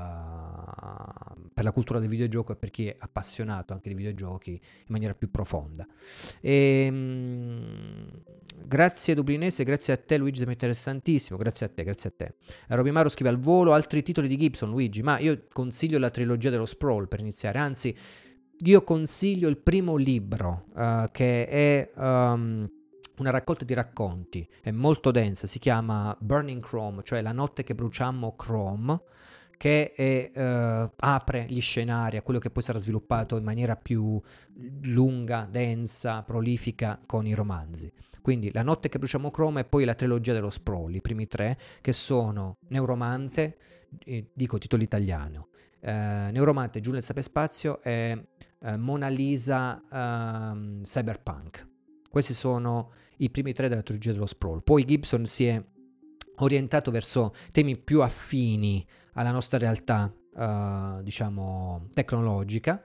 Uh, per la cultura del videogioco e per chi è appassionato anche di videogiochi in maniera più profonda. E, um, grazie Dublinese, grazie a te Luigi, è interessantissimo, grazie a te, grazie a te. Roby Maro scrive: al volo altri titoli di Gibson, Luigi, ma io consiglio la trilogia dello Sprawl per iniziare, anzi io consiglio il primo libro uh, che è um, una raccolta di racconti, è molto densa, si chiama Burning Chrome, cioè la notte che bruciammo Chrome, che è, uh, apre gli scenari a quello che poi sarà sviluppato in maniera più lunga, densa, prolifica con i romanzi. Quindi La notte che bruciamo Chrome e poi la trilogia dello Sprawl, i primi tre, che sono Neuromante, eh, dico titolo italiano, eh, Neuromante, Giù nel Cyberspazio e eh, Mona Lisa um, Cyberpunk. Questi sono i primi tre della trilogia dello Sprawl. Poi Gibson si è orientato verso temi più affini alla nostra realtà, uh, diciamo, tecnologica.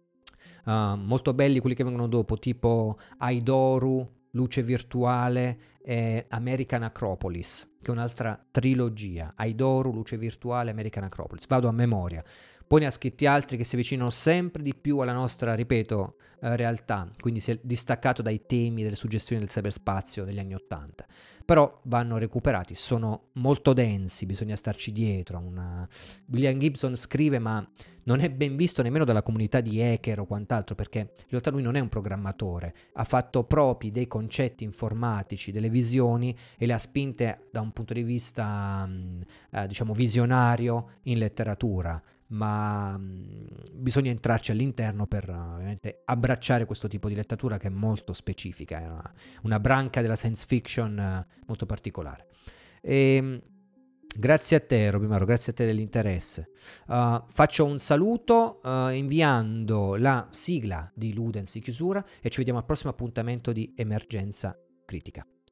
Uh, molto belli quelli che vengono dopo, tipo Aidoru, Luce Virtuale e American Acropolis, che è un'altra trilogia. Aidoru, Luce Virtuale, American Acropolis. Vado a memoria. Poi ne ha scritti altri che si avvicinano sempre di più alla nostra, ripeto, eh, realtà, quindi si è distaccato dai temi delle suggestioni del cyberspazio degli anni Ottanta. Però vanno recuperati, sono molto densi, bisogna starci dietro. Una... William Gibson scrive, ma non è ben visto nemmeno dalla comunità di hacker o quant'altro, perché in realtà lui non è un programmatore, ha fatto propri dei concetti informatici, delle visioni e le ha spinte da un punto di vista, eh, diciamo, visionario in letteratura. Ma mh, bisogna entrarci all'interno per uh, ovviamente abbracciare questo tipo di letteratura che è molto specifica, è una, una branca della science fiction uh, molto particolare. E, grazie a te Roby Maro, grazie a te dell'interesse. Uh, faccio un saluto uh, inviando la sigla di Ludens di chiusura e ci vediamo al prossimo appuntamento di Emergenza Critica.